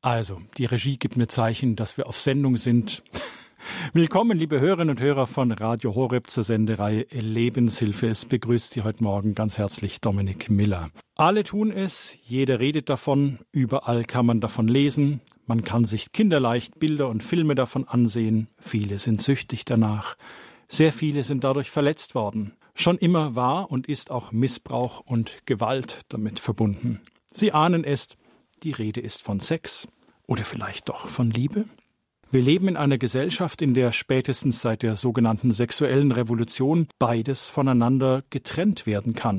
Also, die Regie gibt mir Zeichen, dass wir auf Sendung sind. Willkommen, liebe Hörerinnen und Hörer von Radio Horeb zur Sendereihe Lebenshilfe. Es begrüßt Sie heute Morgen ganz herzlich Dominik Miller. Alle tun es, jeder redet davon, überall kann man davon lesen. Man kann sich kinderleicht Bilder und Filme davon ansehen. Viele sind süchtig danach. Sehr viele sind dadurch verletzt worden. Schon immer war und ist auch Missbrauch und Gewalt damit verbunden. Sie ahnen es, die Rede ist von Sex oder vielleicht doch von Liebe? Wir leben in einer Gesellschaft, in der spätestens seit der sogenannten sexuellen Revolution beides voneinander getrennt werden kann.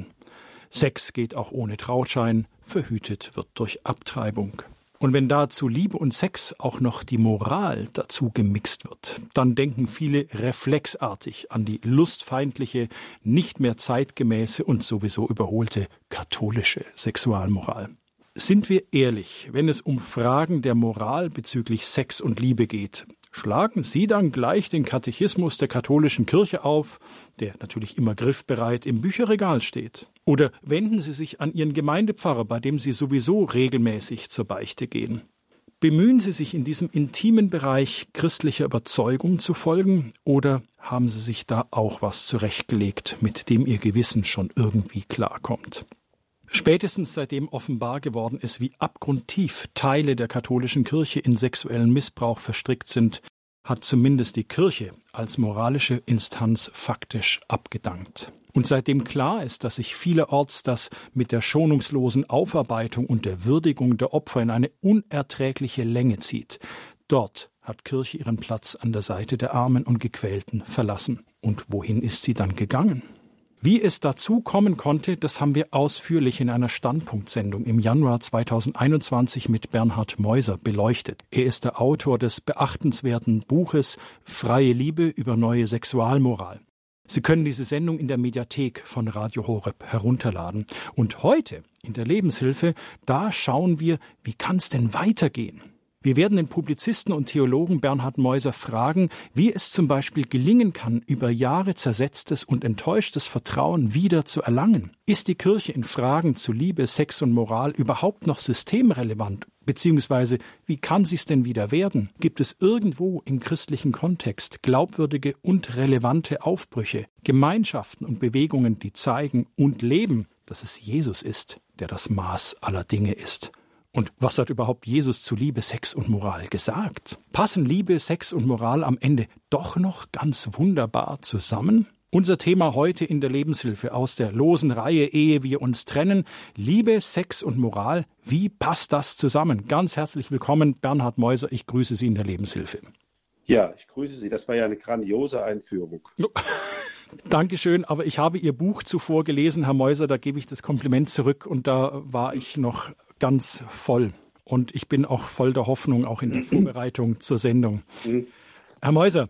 Sex geht auch ohne Trauschein, verhütet wird durch Abtreibung. Und wenn dazu Liebe und Sex auch noch die Moral dazu gemixt wird, dann denken viele reflexartig an die lustfeindliche, nicht mehr zeitgemäße und sowieso überholte katholische Sexualmoral. Sind wir ehrlich, wenn es um Fragen der Moral bezüglich Sex und Liebe geht, schlagen Sie dann gleich den Katechismus der katholischen Kirche auf, der natürlich immer griffbereit im Bücherregal steht? Oder wenden Sie sich an Ihren Gemeindepfarrer, bei dem Sie sowieso regelmäßig zur Beichte gehen? Bemühen Sie sich in diesem intimen Bereich christlicher Überzeugung zu folgen, oder haben Sie sich da auch was zurechtgelegt, mit dem Ihr Gewissen schon irgendwie klarkommt? Spätestens seitdem offenbar geworden ist, wie abgrundtief Teile der katholischen Kirche in sexuellen Missbrauch verstrickt sind, hat zumindest die Kirche als moralische Instanz faktisch abgedankt. Und seitdem klar ist, dass sich vielerorts das mit der schonungslosen Aufarbeitung und der Würdigung der Opfer in eine unerträgliche Länge zieht, dort hat Kirche ihren Platz an der Seite der Armen und Gequälten verlassen. Und wohin ist sie dann gegangen? Wie es dazu kommen konnte, das haben wir ausführlich in einer Standpunktsendung im Januar 2021 mit Bernhard Meuser beleuchtet. Er ist der Autor des beachtenswerten Buches Freie Liebe über neue Sexualmoral. Sie können diese Sendung in der Mediathek von Radio Horeb herunterladen. Und heute in der Lebenshilfe, da schauen wir, wie kann es denn weitergehen? Wir werden den Publizisten und Theologen Bernhard Meuser fragen, wie es zum Beispiel gelingen kann, über Jahre zersetztes und enttäuschtes Vertrauen wieder zu erlangen. Ist die Kirche in Fragen zu Liebe, Sex und Moral überhaupt noch systemrelevant? Beziehungsweise, wie kann sie es denn wieder werden? Gibt es irgendwo im christlichen Kontext glaubwürdige und relevante Aufbrüche, Gemeinschaften und Bewegungen, die zeigen und leben, dass es Jesus ist, der das Maß aller Dinge ist? Und was hat überhaupt Jesus zu Liebe, Sex und Moral gesagt? Passen Liebe, Sex und Moral am Ende doch noch ganz wunderbar zusammen? Unser Thema heute in der Lebenshilfe aus der losen Reihe Ehe wir uns trennen. Liebe, Sex und Moral, wie passt das zusammen? Ganz herzlich willkommen, Bernhard Meuser, ich grüße Sie in der Lebenshilfe. Ja, ich grüße Sie, das war ja eine grandiose Einführung. Dankeschön, aber ich habe Ihr Buch zuvor gelesen, Herr Meuser, da gebe ich das Kompliment zurück und da war ich noch ganz voll. Und ich bin auch voll der Hoffnung, auch in der Vorbereitung zur Sendung. Herr Meuser,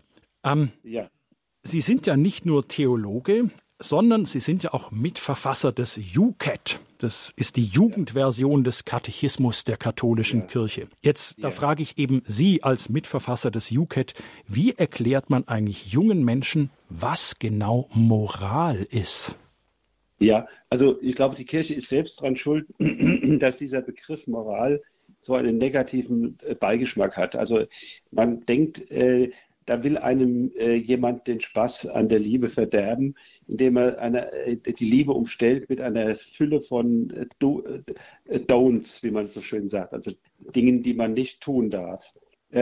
ja. Sie sind ja nicht nur Theologe, sondern Sie sind ja auch Mitverfasser des JUCAT. Das ist die Jugendversion des Katechismus der katholischen Kirche. Jetzt, da frage ich eben Sie als Mitverfasser des JUCAT, wie erklärt man eigentlich jungen Menschen, was genau Moral ist? Ja, also ich glaube, die Kirche ist selbst daran schuld, dass dieser Begriff Moral so einen negativen Beigeschmack hat. Also man denkt, da will einem jemand den Spaß an der Liebe verderben, indem er die Liebe umstellt mit einer Fülle von Don'ts, wie man so schön sagt, also Dingen, die man nicht tun darf.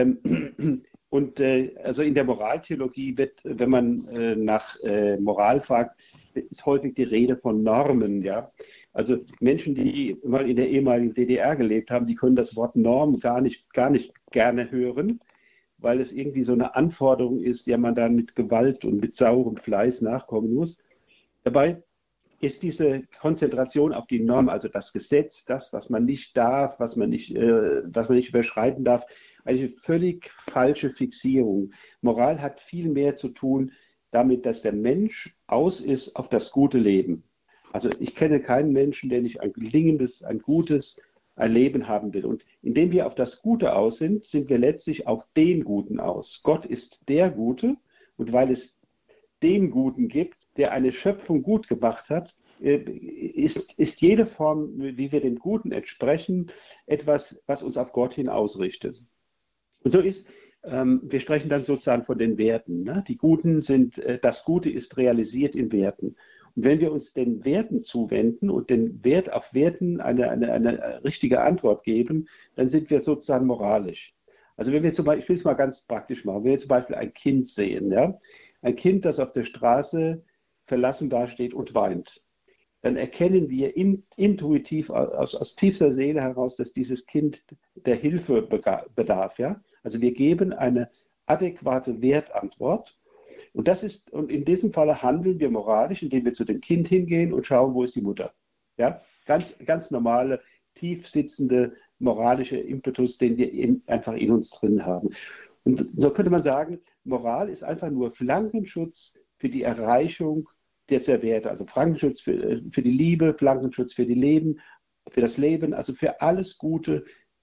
Also in der Moraltheologie wird, wenn man nach Moral fragt, ist häufig die Rede von Normen. Ja? Also Menschen, die mal in der ehemaligen DDR gelebt haben, die können das Wort Norm gar nicht gerne hören, weil es irgendwie so eine Anforderung ist, der man dann mit Gewalt und mit saurem Fleiß nachkommen muss. Dabei ist diese Konzentration auf die Norm, also das Gesetz, das, was man nicht darf, was man nicht überschreiten darf, eine völlig falsche Fixierung. Moral hat viel mehr zu tun damit, dass der Mensch aus ist auf das gute Leben. Also ich kenne keinen Menschen, der nicht ein gelingendes, ein gutes Leben haben will. Und indem wir auf das Gute aus sind, sind wir letztlich auf den Guten aus. Gott ist der Gute und weil es den Guten gibt, der eine Schöpfung gut gemacht hat, ist jede Form, wie wir dem Guten entsprechen, etwas, was uns auf Gott hin ausrichtet. Und so ist, wir sprechen dann sozusagen von den Werten. Ne? Die Guten sind, das Gute ist realisiert in Werten. Und wenn wir uns den Werten zuwenden und den Wert auf Werten eine richtige Antwort geben, dann sind wir sozusagen moralisch. Also wenn wir zum Beispiel, ich will es mal ganz praktisch machen, wenn wir zum Beispiel ein Kind sehen, ja? Ein Kind, das auf der Straße verlassen dasteht und weint, dann erkennen wir intuitiv aus tiefster Seele heraus, dass dieses Kind der Hilfe bedarf. Ja? Also wir geben eine adäquate Wertantwort. Und in diesem Falle handeln wir moralisch, indem wir zu dem Kind hingehen und schauen, wo ist die Mutter. Ja? Ganz normale, tief sitzende moralische Impetus, den wir einfach in uns drin haben. Und so könnte man sagen, Moral ist einfach nur Flankenschutz für die Erreichung dieser Werte. Also Flankenschutz für die Liebe, Flankenschutz für das Leben, also für alles Gute,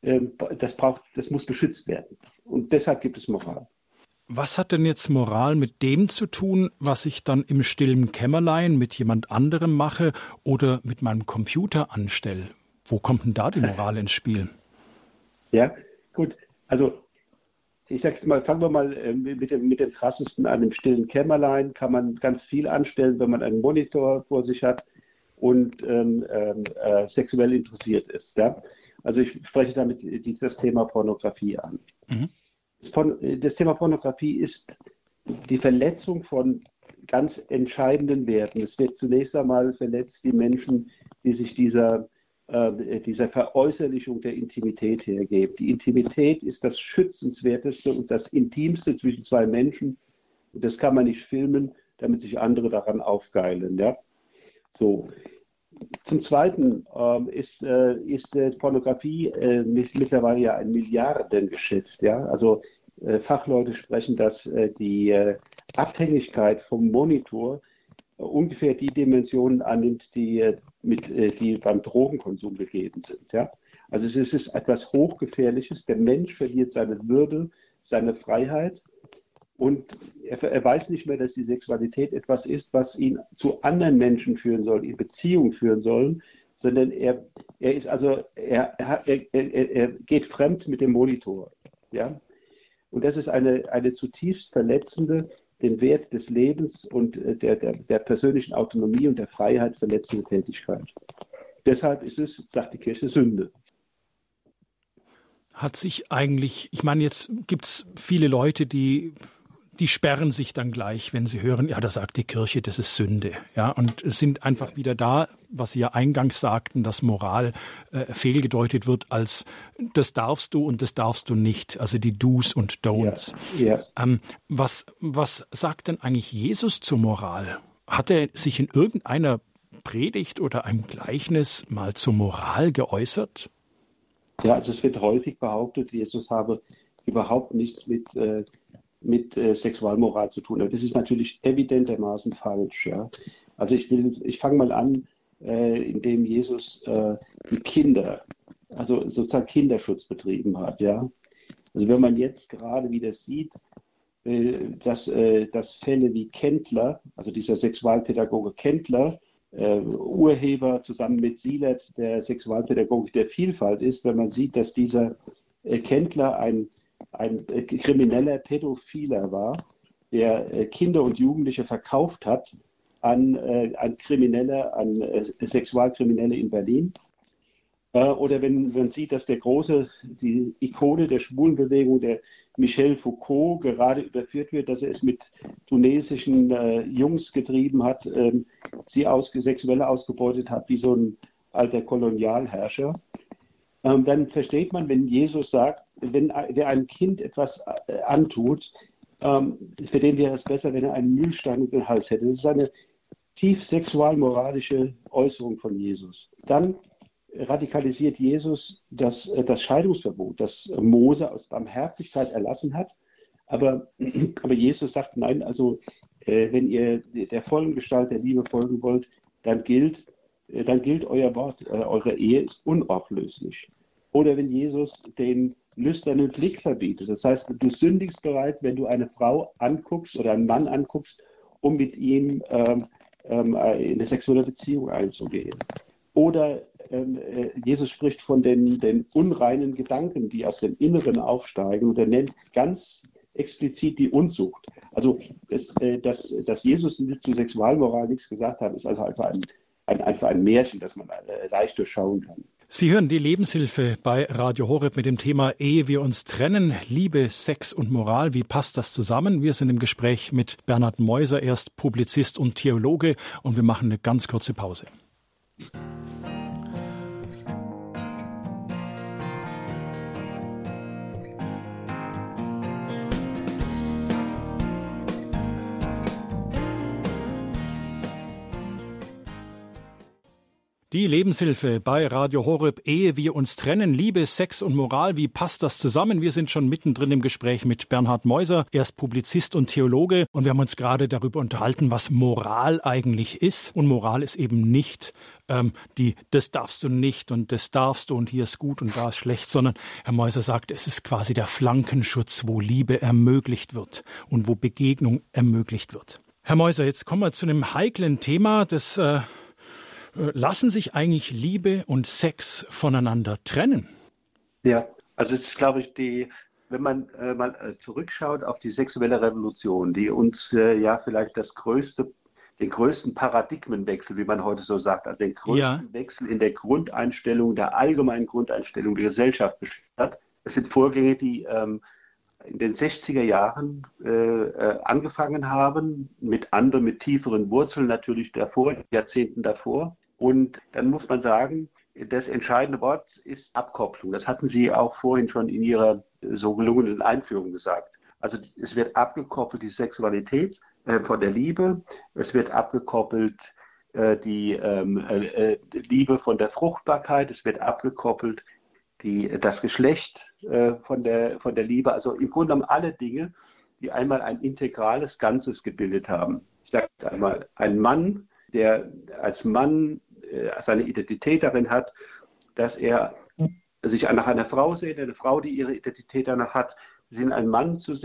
das muss beschützt werden. Und deshalb gibt es Moral. Was hat denn jetzt Moral mit dem zu tun, was ich dann im stillen Kämmerlein mit jemand anderem mache oder mit meinem Computer anstelle? Wo kommt denn da die Moral ins Spiel? Ja, gut. Also ich sage jetzt mal, fangen wir mal mit dem krassesten an. Im stillen Kämmerlein kann man ganz viel anstellen, wenn man einen Monitor vor sich hat und sexuell interessiert ist. Ja? Also ich spreche damit das Thema Pornografie an. Mhm. Das Thema Pornografie ist die Verletzung von ganz entscheidenden Werten. Es wird zunächst einmal verletzt die Menschen, die sich dieser Veräußerlichung der Intimität hergeben. Die Intimität ist das Schützenswerteste und das Intimste zwischen zwei Menschen. Und das kann man nicht filmen, damit sich andere daran aufgeilen. Ja? So. Zum Zweiten ist Pornografie mittlerweile ja ein Milliardengeschäft. Ja? Also Fachleute sprechen, dass die Abhängigkeit vom Monitor ungefähr die Dimensionen annimmt, die beim Drogenkonsum gegeben sind. Ja? Also es ist etwas Hochgefährliches. Der Mensch verliert seine Würde, seine Freiheit und er weiß nicht mehr, dass die Sexualität etwas ist, was ihn zu anderen Menschen führen soll, in Beziehung führen soll, sondern er geht fremd mit dem Monitor. Ja? Und das ist eine zutiefst verletzende, den Wert des Lebens und der persönlichen Autonomie und der Freiheit verletzende Tätigkeit. Deshalb ist es, sagt die Kirche, Sünde. Hat sich eigentlich, ich meine, jetzt gibt es viele Leute, die sperren sich dann gleich, wenn sie hören, ja, da sagt die Kirche, das ist Sünde. Ja, und sind einfach wieder da, was Sie ja eingangs sagten, dass Moral fehlgedeutet wird als das darfst du und das darfst du nicht, also die Do's und Don'ts. Ja. Was sagt denn eigentlich Jesus zur Moral? Hat er sich in irgendeiner Predigt oder einem Gleichnis mal zur Moral geäußert? Ja, also es wird häufig behauptet, Jesus habe überhaupt nichts mit Sexualmoral zu tun. Aber das ist natürlich evidentermaßen falsch. Ja? Also ich fange mal an, indem Jesus die Kinder, also sozusagen Kinderschutz betrieben hat. Ja? Also wenn man jetzt gerade wieder sieht, dass Fälle wie Kendler, also dieser Sexualpädagoge Kendler, Urheber zusammen mit Sielert der Sexualpädagogik der Vielfalt ist, wenn man sieht, dass dieser Kendler ein krimineller Pädophiler war, der Kinder und Jugendliche verkauft hat an Sexualkriminelle in Berlin. Oder wenn man sieht, dass die Ikone der Schwulenbewegung, der Michel Foucault, gerade überführt wird, dass er es mit tunesischen Jungs getrieben hat, sie sexuell ausgebeutet hat, wie so ein alter Kolonialherrscher. Dann versteht man, wenn Jesus sagt, wenn der einem Kind etwas antut, für den wäre es besser, wenn er einen Mühlstein um den Hals hätte. Das ist eine tief sexualmoralische Äußerung von Jesus. Dann radikalisiert Jesus das Scheidungsverbot, das Mose aus Barmherzigkeit erlassen hat. Aber Jesus sagt, nein, also wenn ihr der vollen Gestalt der Liebe folgen wollt, dann gilt euer Wort, eure Ehe ist unauflöslich. Oder wenn Jesus den lüsternen Blick verbietet. Das heißt, du sündigst bereits, wenn du eine Frau anguckst oder einen Mann anguckst, um mit ihm in eine sexuelle Beziehung einzugehen. Oder Jesus spricht von den unreinen Gedanken, die aus dem Inneren aufsteigen, und er nennt ganz explizit die Unzucht. Also, dass Jesus zu Sexualmoral nichts gesagt hat, ist also einfach ein Märchen, das man leicht durchschauen kann. Sie hören die Lebenshilfe bei Radio Horeb mit dem Thema Ehe wir uns trennen, Liebe, Sex und Moral. Wie passt das zusammen? Wir sind im Gespräch mit Bernhard Meuser, er ist Publizist und Theologe, und wir machen eine ganz kurze Pause. Die Lebenshilfe bei Radio Horeb, Ehe wir uns trennen, Liebe, Sex und Moral, wie passt das zusammen? Wir sind schon mittendrin im Gespräch mit Bernhard Meuser, er ist Publizist und Theologe, und wir haben uns gerade darüber unterhalten, was Moral eigentlich ist. Und Moral ist eben nicht das darfst du nicht und das darfst du und hier ist gut und da ist schlecht, sondern Herr Meuser sagt, es ist quasi der Flankenschutz, wo Liebe ermöglicht wird und wo Begegnung ermöglicht wird. Herr Meuser, jetzt kommen wir zu einem heiklen Thema, das lassen sich eigentlich Liebe und Sex voneinander trennen? Ja, also das ist, glaube ich, wenn man mal zurückschaut auf die sexuelle Revolution, die uns vielleicht den größten Paradigmenwechsel, wie man heute so sagt, also den größten Wechsel in der Grundeinstellung, der allgemeinen Grundeinstellung der Gesellschaft beschert hat. Das sind Vorgänge, die in den 60er Jahren angefangen haben, mit tieferen Wurzeln natürlich Jahrzehnten davor. Und dann muss man sagen, das entscheidende Wort ist Abkopplung. Das hatten Sie auch vorhin schon in Ihrer so gelungenen Einführung gesagt. Also es wird abgekoppelt, die Sexualität von der Liebe. Es wird abgekoppelt, die Liebe von der Fruchtbarkeit. Es wird abgekoppelt, das Geschlecht von der Liebe. Also im Grunde genommen alle Dinge, die einmal ein integrales Ganzes gebildet haben. Ich sage einmal, ein Mann, der als Mann seine Identität darin hat, dass er sich nach einer Frau sehnt, eine Frau, die ihre Identität danach hat, sich in einen Mann zu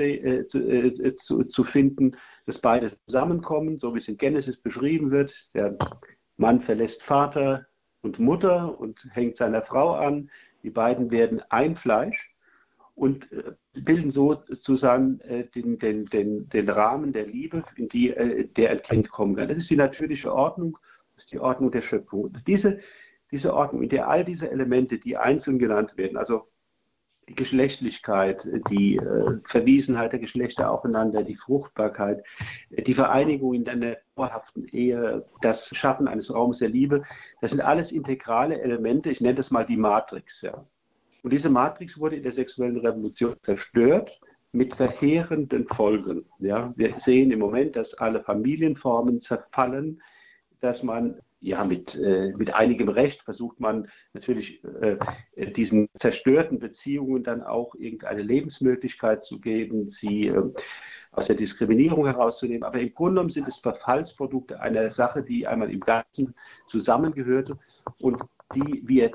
finden, dass beide zusammenkommen, so wie es in Genesis beschrieben wird. Der Mann verlässt Vater und Mutter und hängt seiner Frau an. Die beiden werden ein Fleisch und bilden so sozusagen den Rahmen der Liebe, in der ein Kind kommen kann. Das ist die natürliche Ordnung, das ist die Ordnung der Schöpfung. Und diese Ordnung, in der all diese Elemente, die einzeln genannt werden, also die Geschlechtlichkeit, die Verwiesenheit der Geschlechter aufeinander, die Fruchtbarkeit, die Vereinigung in einer dauerhaften Ehe, das Schaffen eines Raums der Liebe, das sind alles integrale Elemente. Ich nenne das mal die Matrix. Ja. Und diese Matrix wurde in der sexuellen Revolution zerstört mit verheerenden Folgen. Ja. Wir sehen im Moment, dass alle Familienformen zerfallen, dass man mit einigem Recht versucht man natürlich diesen zerstörten Beziehungen dann auch irgendeine Lebensmöglichkeit zu geben, sie aus der Diskriminierung herauszunehmen. Aber im Grunde genommen sind es Verfallsprodukte einer Sache, die einmal im Ganzen zusammengehörte und die wir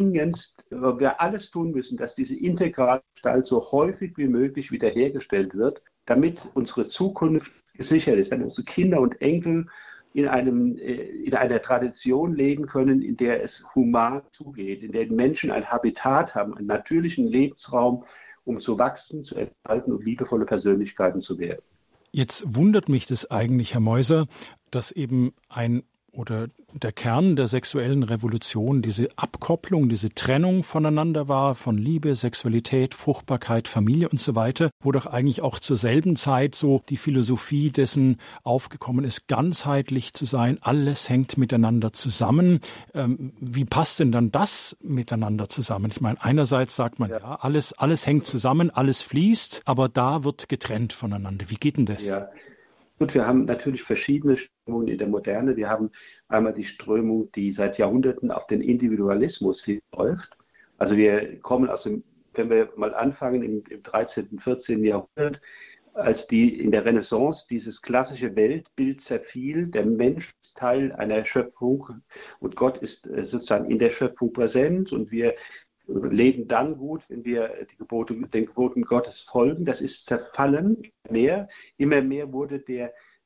alles tun müssen, dass diese integrale Gestalt so häufig wie möglich wiederhergestellt wird, damit unsere Zukunft gesichert ist, damit unsere Kinder und Enkel in einer Tradition leben können, in der es human zugeht, in der Menschen ein Habitat haben, einen natürlichen Lebensraum, um zu wachsen, zu entfalten und liebevolle Persönlichkeiten zu werden. Jetzt wundert mich das eigentlich, Herr Meuser, dass eben der Kern der sexuellen Revolution diese Abkopplung, diese Trennung voneinander war, von Liebe, Sexualität, Fruchtbarkeit, Familie und so weiter, wo doch eigentlich auch zur selben Zeit so die Philosophie dessen aufgekommen ist, ganzheitlich zu sein, alles hängt miteinander zusammen. Wie passt denn dann das miteinander zusammen? Ich meine, einerseits sagt man, ja alles hängt zusammen, alles fließt, aber da wird getrennt voneinander. Wie geht denn das? Ja. Gut, wir haben natürlich verschiedene Strömungen in der Moderne. Wir haben einmal die Strömung, die seit Jahrhunderten auf den Individualismus läuft. Also wir kommen wenn wir mal anfangen im 13., 14. Jahrhundert, als in der Renaissance dieses klassische Weltbild zerfiel, der Mensch ist Teil einer Schöpfung und Gott ist sozusagen in der Schöpfung präsent und wir leben dann gut, wenn wir den Geboten Gottes folgen. Das ist zerfallen. Immer mehr wurde der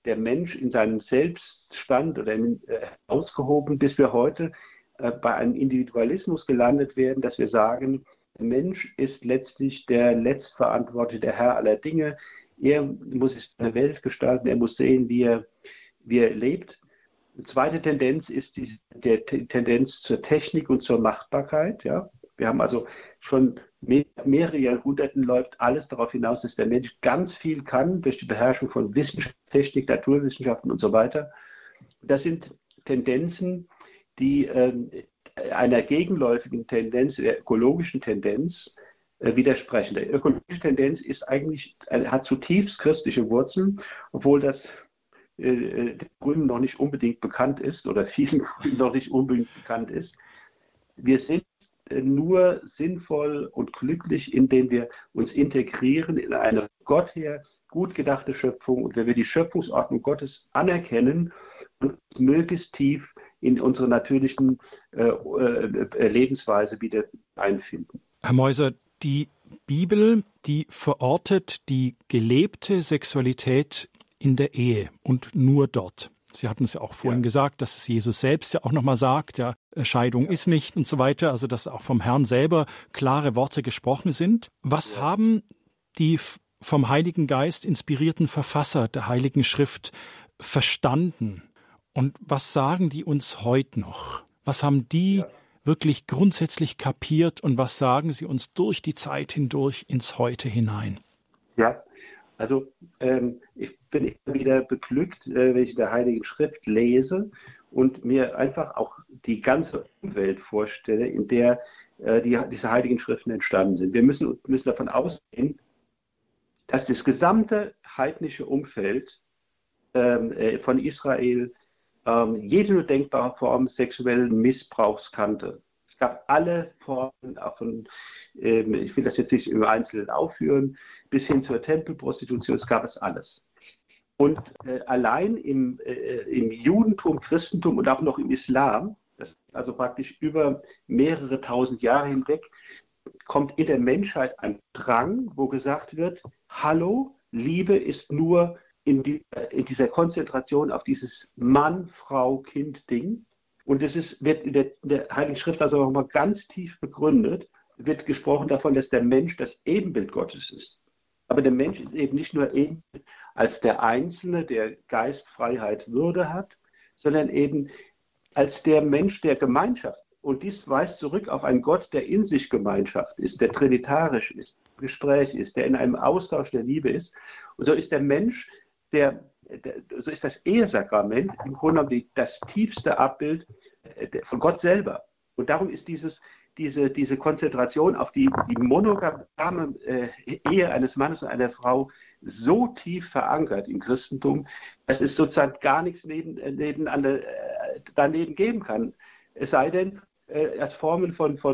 der Mensch in seinem Selbststand oder ausgehoben, bis wir heute bei einem Individualismus gelandet werden, dass wir sagen, der Mensch ist letztlich der letztverantwortliche, der Herr aller Dinge. Er muss seine Welt gestalten, er muss sehen, wie er lebt. Die zweite Tendenz ist die Tendenz zur Technik und zur Machbarkeit. Ja? Wir haben also schon mehrere Jahrhunderten läuft alles darauf hinaus, dass der Mensch ganz viel kann durch die Beherrschung von Wissenschaft, Technik, Naturwissenschaften und so weiter. Das sind Tendenzen, die einer gegenläufigen Tendenz, der ökologischen Tendenz widersprechen. Die ökologische Tendenz hat zutiefst christliche Wurzeln, obwohl das den Grünen noch nicht unbedingt bekannt ist oder vielen Grünen noch nicht unbedingt bekannt ist. Wir sind nur sinnvoll und glücklich, indem wir uns integrieren in eine Gott her gut gedachte Schöpfung und wenn wir die Schöpfungsordnung Gottes anerkennen und möglichst tief in unsere natürlichen Lebensweise wieder einfinden. Herr Meuser, die Bibel, die verortet die gelebte Sexualität in der Ehe und nur dort. Sie hatten es ja auch vorhin gesagt, dass es Jesus selbst ja auch nochmal sagt, ja, Scheidung ist nicht und so weiter, also dass auch vom Herrn selber klare Worte gesprochen sind. Was haben die vom Heiligen Geist inspirierten Verfasser der Heiligen Schrift verstanden? Und was sagen die uns heute noch? Was haben die wirklich grundsätzlich kapiert und was sagen sie uns durch die Zeit hindurch ins Heute hinein? Ja, also ich bin immer wieder beglückt, wenn ich in der Heiligen Schrift lese und mir einfach auch die ganze Umwelt vorstelle, in der diese Heiligen Schriften entstanden sind. Wir müssen davon ausgehen, dass das gesamte heidnische Umfeld von Israel jede nur denkbare Form sexuellen Missbrauchs kannte. Es gab alle Formen, auch von, ich will das jetzt nicht im Einzelnen aufführen, bis hin zur Tempelprostitution, es gab es alles. Und allein im Judentum, Christentum und auch noch im Islam, das also praktisch über mehrere tausend Jahre hinweg, kommt in der Menschheit ein Drang, wo gesagt wird, hallo, Liebe ist nur in dieser Konzentration auf dieses Mann-Frau-Kind-Ding. Und wird in der Heiligen Schrift also nochmal ganz tief begründet, wird gesprochen davon, dass der Mensch das Ebenbild Gottes ist. Aber der Mensch ist eben nicht nur eben als der Einzelne, der Geist, Freiheit, Würde hat, sondern eben als der Mensch der Gemeinschaft. Und dies weist zurück auf einen Gott, der in sich Gemeinschaft ist, der trinitarisch ist, Gespräch ist, der in einem Austausch der Liebe ist. Und so ist der Mensch, so ist das Ehesakrament im Grunde genommen das tiefste Abbild von Gott selber. Und darum ist diese Konzentration auf die monogame Ehe eines Mannes und einer Frau so tief verankert im Christentum, dass es sozusagen gar nichts daneben geben kann. Es sei denn, als Formen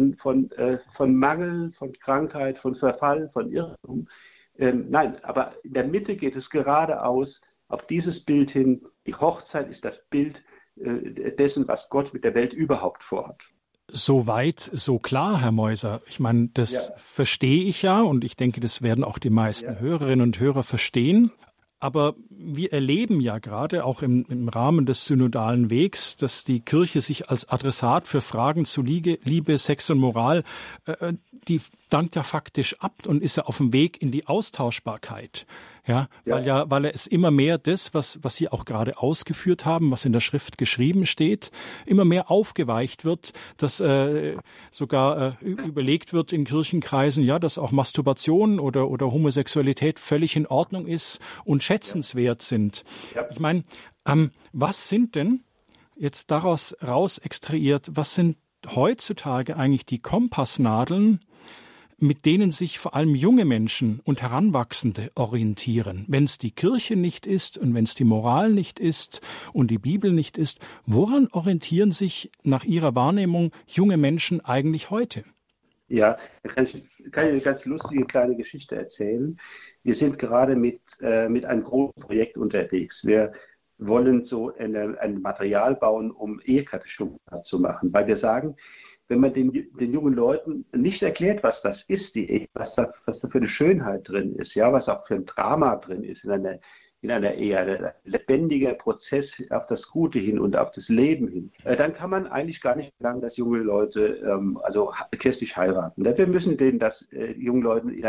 von Mangel, von Krankheit, von Verfall, von Irrtum. Nein, aber in der Mitte geht es geradeaus auf dieses Bild hin. Die Hochzeit ist das Bild dessen, was Gott mit der Welt überhaupt vorhat. So weit, so klar, Herr Meuser. Ich meine, das verstehe ich ja und ich denke, das werden auch die meisten Hörerinnen und Hörer verstehen. Aber wir erleben ja gerade auch im Rahmen des synodalen Wegs, dass die Kirche sich als Adressat für Fragen zu Liebe, Sex und Moral, die dankt ja faktisch ab und ist ja auf dem Weg in die Austauschbarkeit. Ja, weil es immer mehr das, was Sie auch gerade ausgeführt haben, was in der Schrift geschrieben steht, immer mehr aufgeweicht wird, dass sogar überlegt wird in Kirchenkreisen, ja, dass auch Masturbation oder Homosexualität völlig in Ordnung ist und schätzenswert sind. Ja. Ich meine, was sind denn jetzt daraus raus extrahiert, was sind heutzutage eigentlich die Kompassnadeln, mit denen sich vor allem junge Menschen und Heranwachsende orientieren? Wenn es die Kirche nicht ist und wenn es die Moral nicht ist und die Bibel nicht ist, woran orientieren sich nach Ihrer Wahrnehmung junge Menschen eigentlich heute? Ja, da kann ich eine ganz lustige kleine Geschichte erzählen. Wir sind gerade mit einem großen Projekt unterwegs. Wir wollen so ein Material bauen, um Ehekatechismus zu machen, weil wir sagen, wenn man den jungen Leuten nicht erklärt, was das ist, die Ehe, was da für eine Schönheit drin ist, ja, was auch für ein Drama drin ist in einer in einer eher lebendiger Prozess auf das Gute hin und auf das Leben hin, dann kann man eigentlich gar nicht verlangen, dass junge Leute kirchlich heiraten. Wir müssen denen jungen Leuten in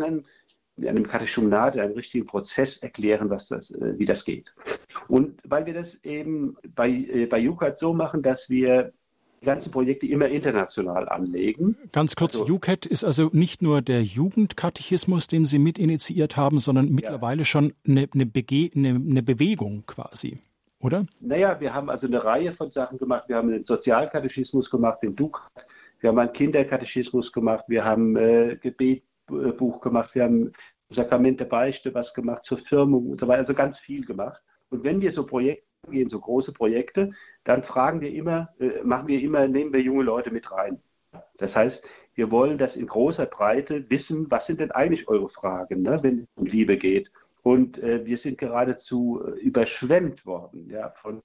einem Katechumenat, in einem richtigen Prozess erklären, wie das geht. Und weil wir das eben bei JUCAT so machen, dass wir die ganzen Projekte immer international anlegen. Ganz kurz, JUCAT ist also nicht nur der Jugendkatechismus, den Sie mit initiiert haben, sondern mittlerweile schon eine Bewegung quasi, oder? Naja, wir haben also eine Reihe von Sachen gemacht. Wir haben einen Sozialkatechismus gemacht, den DUCAT. Wir haben einen Kinderkatechismus gemacht. Wir haben Gebetbuch gemacht. Wir haben Sakrament der Beichte was gemacht, zur Firmung und so weiter. Also ganz viel gemacht. Und wenn wir so Projekte gehen, so große Projekte, dann nehmen wir junge Leute mit rein. Das heißt, wir wollen das in großer Breite wissen, was sind denn eigentlich eure Fragen, ne, wenn es um Liebe geht. Und wir sind geradezu überschwemmt worden, ja, von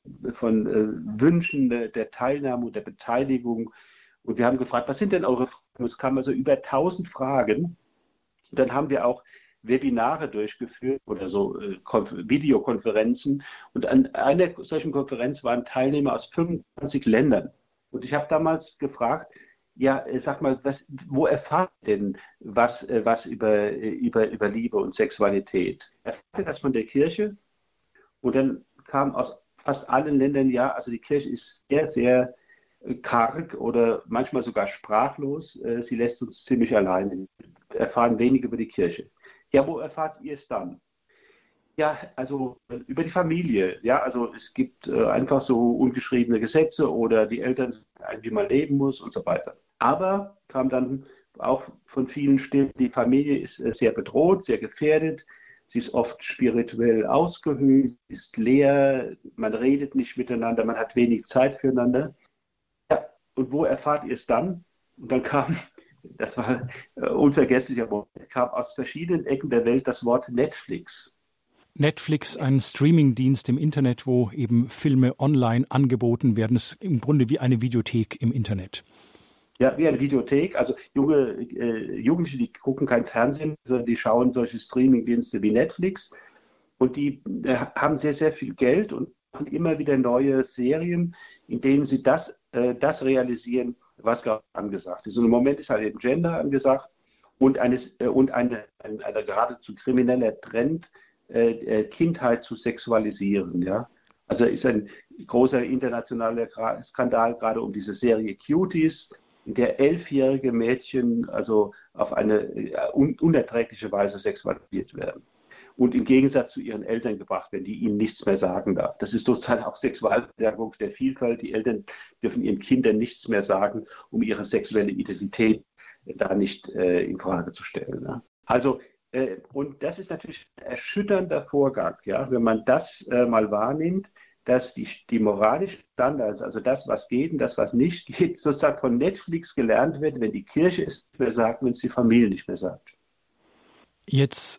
Wünschen der Teilnahme und der Beteiligung. Und wir haben gefragt, was sind denn eure Fragen? Es kamen also über 1000 Fragen. Und dann haben wir auch Webinare durchgeführt oder so Videokonferenzen. Und an einer solchen Konferenz waren Teilnehmer aus 25 Ländern. Und ich habe damals gefragt, ja, sag mal, wo erfahrt ihr denn was über Liebe und Sexualität? Erfahrt ihr das von der Kirche? Und dann kam aus fast allen Ländern, ja, also die Kirche ist sehr, sehr karg oder manchmal sogar sprachlos. Sie lässt uns ziemlich allein. Wir erfahren wenig über die Kirche. Ja, wo erfahrt ihr es dann? Ja, also über die Familie. Ja, also es gibt einfach so ungeschriebene Gesetze oder die Eltern sagen, wie man leben muss und so weiter. Aber kam dann auch von vielen Stimmen, die Familie ist sehr bedroht, sehr gefährdet. Sie ist oft spirituell ausgehöhlt, ist leer, man redet nicht miteinander, man hat wenig Zeit füreinander. Ja, und wo erfahrt ihr es dann? Und dann kam, das war unvergesslich, aber kam aus verschiedenen Ecken der Welt das Wort Netflix. Netflix, ein Streamingdienst im Internet, wo eben Filme online angeboten werden. Das ist im Grunde wie eine Videothek im Internet. Ja, wie eine Videothek. Also Jugendliche, die gucken kein Fernsehen, sondern die schauen solche Streamingdienste wie Netflix. Und die haben sehr, sehr viel Geld und machen immer wieder neue Serien, in denen sie das realisieren, was gerade angesagt ist. Und im Moment ist halt eben Gender angesagt und ein geradezu krimineller Trend, Kindheit zu sexualisieren. Ja? Also ist ein großer internationaler Skandal gerade um diese Serie Cuties, in der 11-jährige Mädchen also auf eine unerträgliche Weise sexualisiert werden und im Gegensatz zu ihren Eltern gebracht werden, die ihnen nichts mehr sagen darf. Das ist sozusagen auch Sexualpädagogik der Vielfalt. Die Eltern dürfen ihren Kindern nichts mehr sagen, um ihre sexuelle Identität da nicht in Frage zu stellen. Ne? Also, und das ist natürlich ein erschütternder Vorgang, ja, wenn man das mal wahrnimmt, dass die moralischen Standards, also das, was geht und das, was nicht geht, sozusagen von Netflix gelernt wird, wenn die Kirche es nicht mehr sagt, wenn es die Familie nicht mehr sagt. Jetzt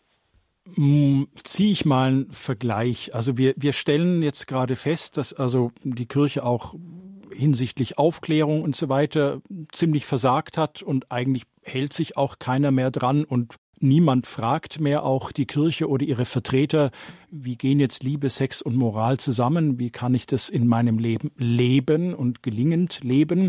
ziehe ich mal einen Vergleich. Also wir stellen jetzt gerade fest, dass also die Kirche auch hinsichtlich Aufklärung und so weiter ziemlich versagt hat und eigentlich hält sich auch keiner mehr dran und niemand fragt mehr auch die Kirche oder ihre Vertreter, wie gehen jetzt Liebe, Sex und Moral zusammen? Wie kann ich das in meinem Leben leben und gelingend leben?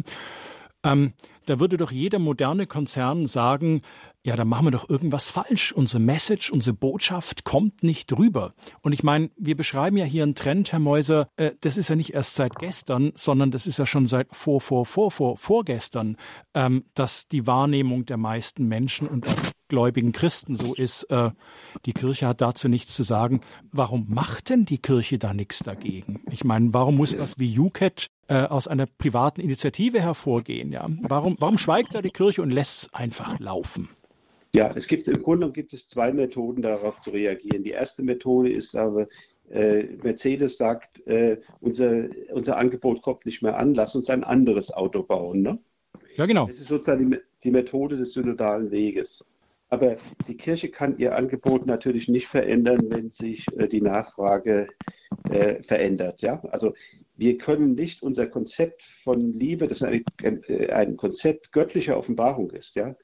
Da würde doch jeder moderne Konzern sagen, ja, da machen wir doch irgendwas falsch. Unsere Message, unsere Botschaft kommt nicht rüber. Und ich meine, wir beschreiben ja hier einen Trend, Herr Meuser, das ist ja nicht erst seit gestern, sondern das ist ja schon seit vorgestern, dass die Wahrnehmung der meisten Menschen und auch gläubigen Christen so ist, die Kirche hat dazu nichts zu sagen. Warum macht denn die Kirche da nichts dagegen? Ich meine, warum muss was wie JUCAT aus einer privaten Initiative hervorgehen? Ja? Warum schweigt da die Kirche und lässt es einfach laufen? Ja, im Grunde gibt es zwei Methoden, darauf zu reagieren. Die erste Methode ist aber, Mercedes sagt, unser Angebot kommt nicht mehr an, lass uns ein anderes Auto bauen. Ne? Ja, genau. Das ist sozusagen die Methode des synodalen Weges. Aber die Kirche kann ihr Angebot natürlich nicht verändern, wenn sich die Nachfrage verändert. Ja? Also wir können nicht unser Konzept von Liebe, das ein Konzept göttlicher Offenbarung ist, ja,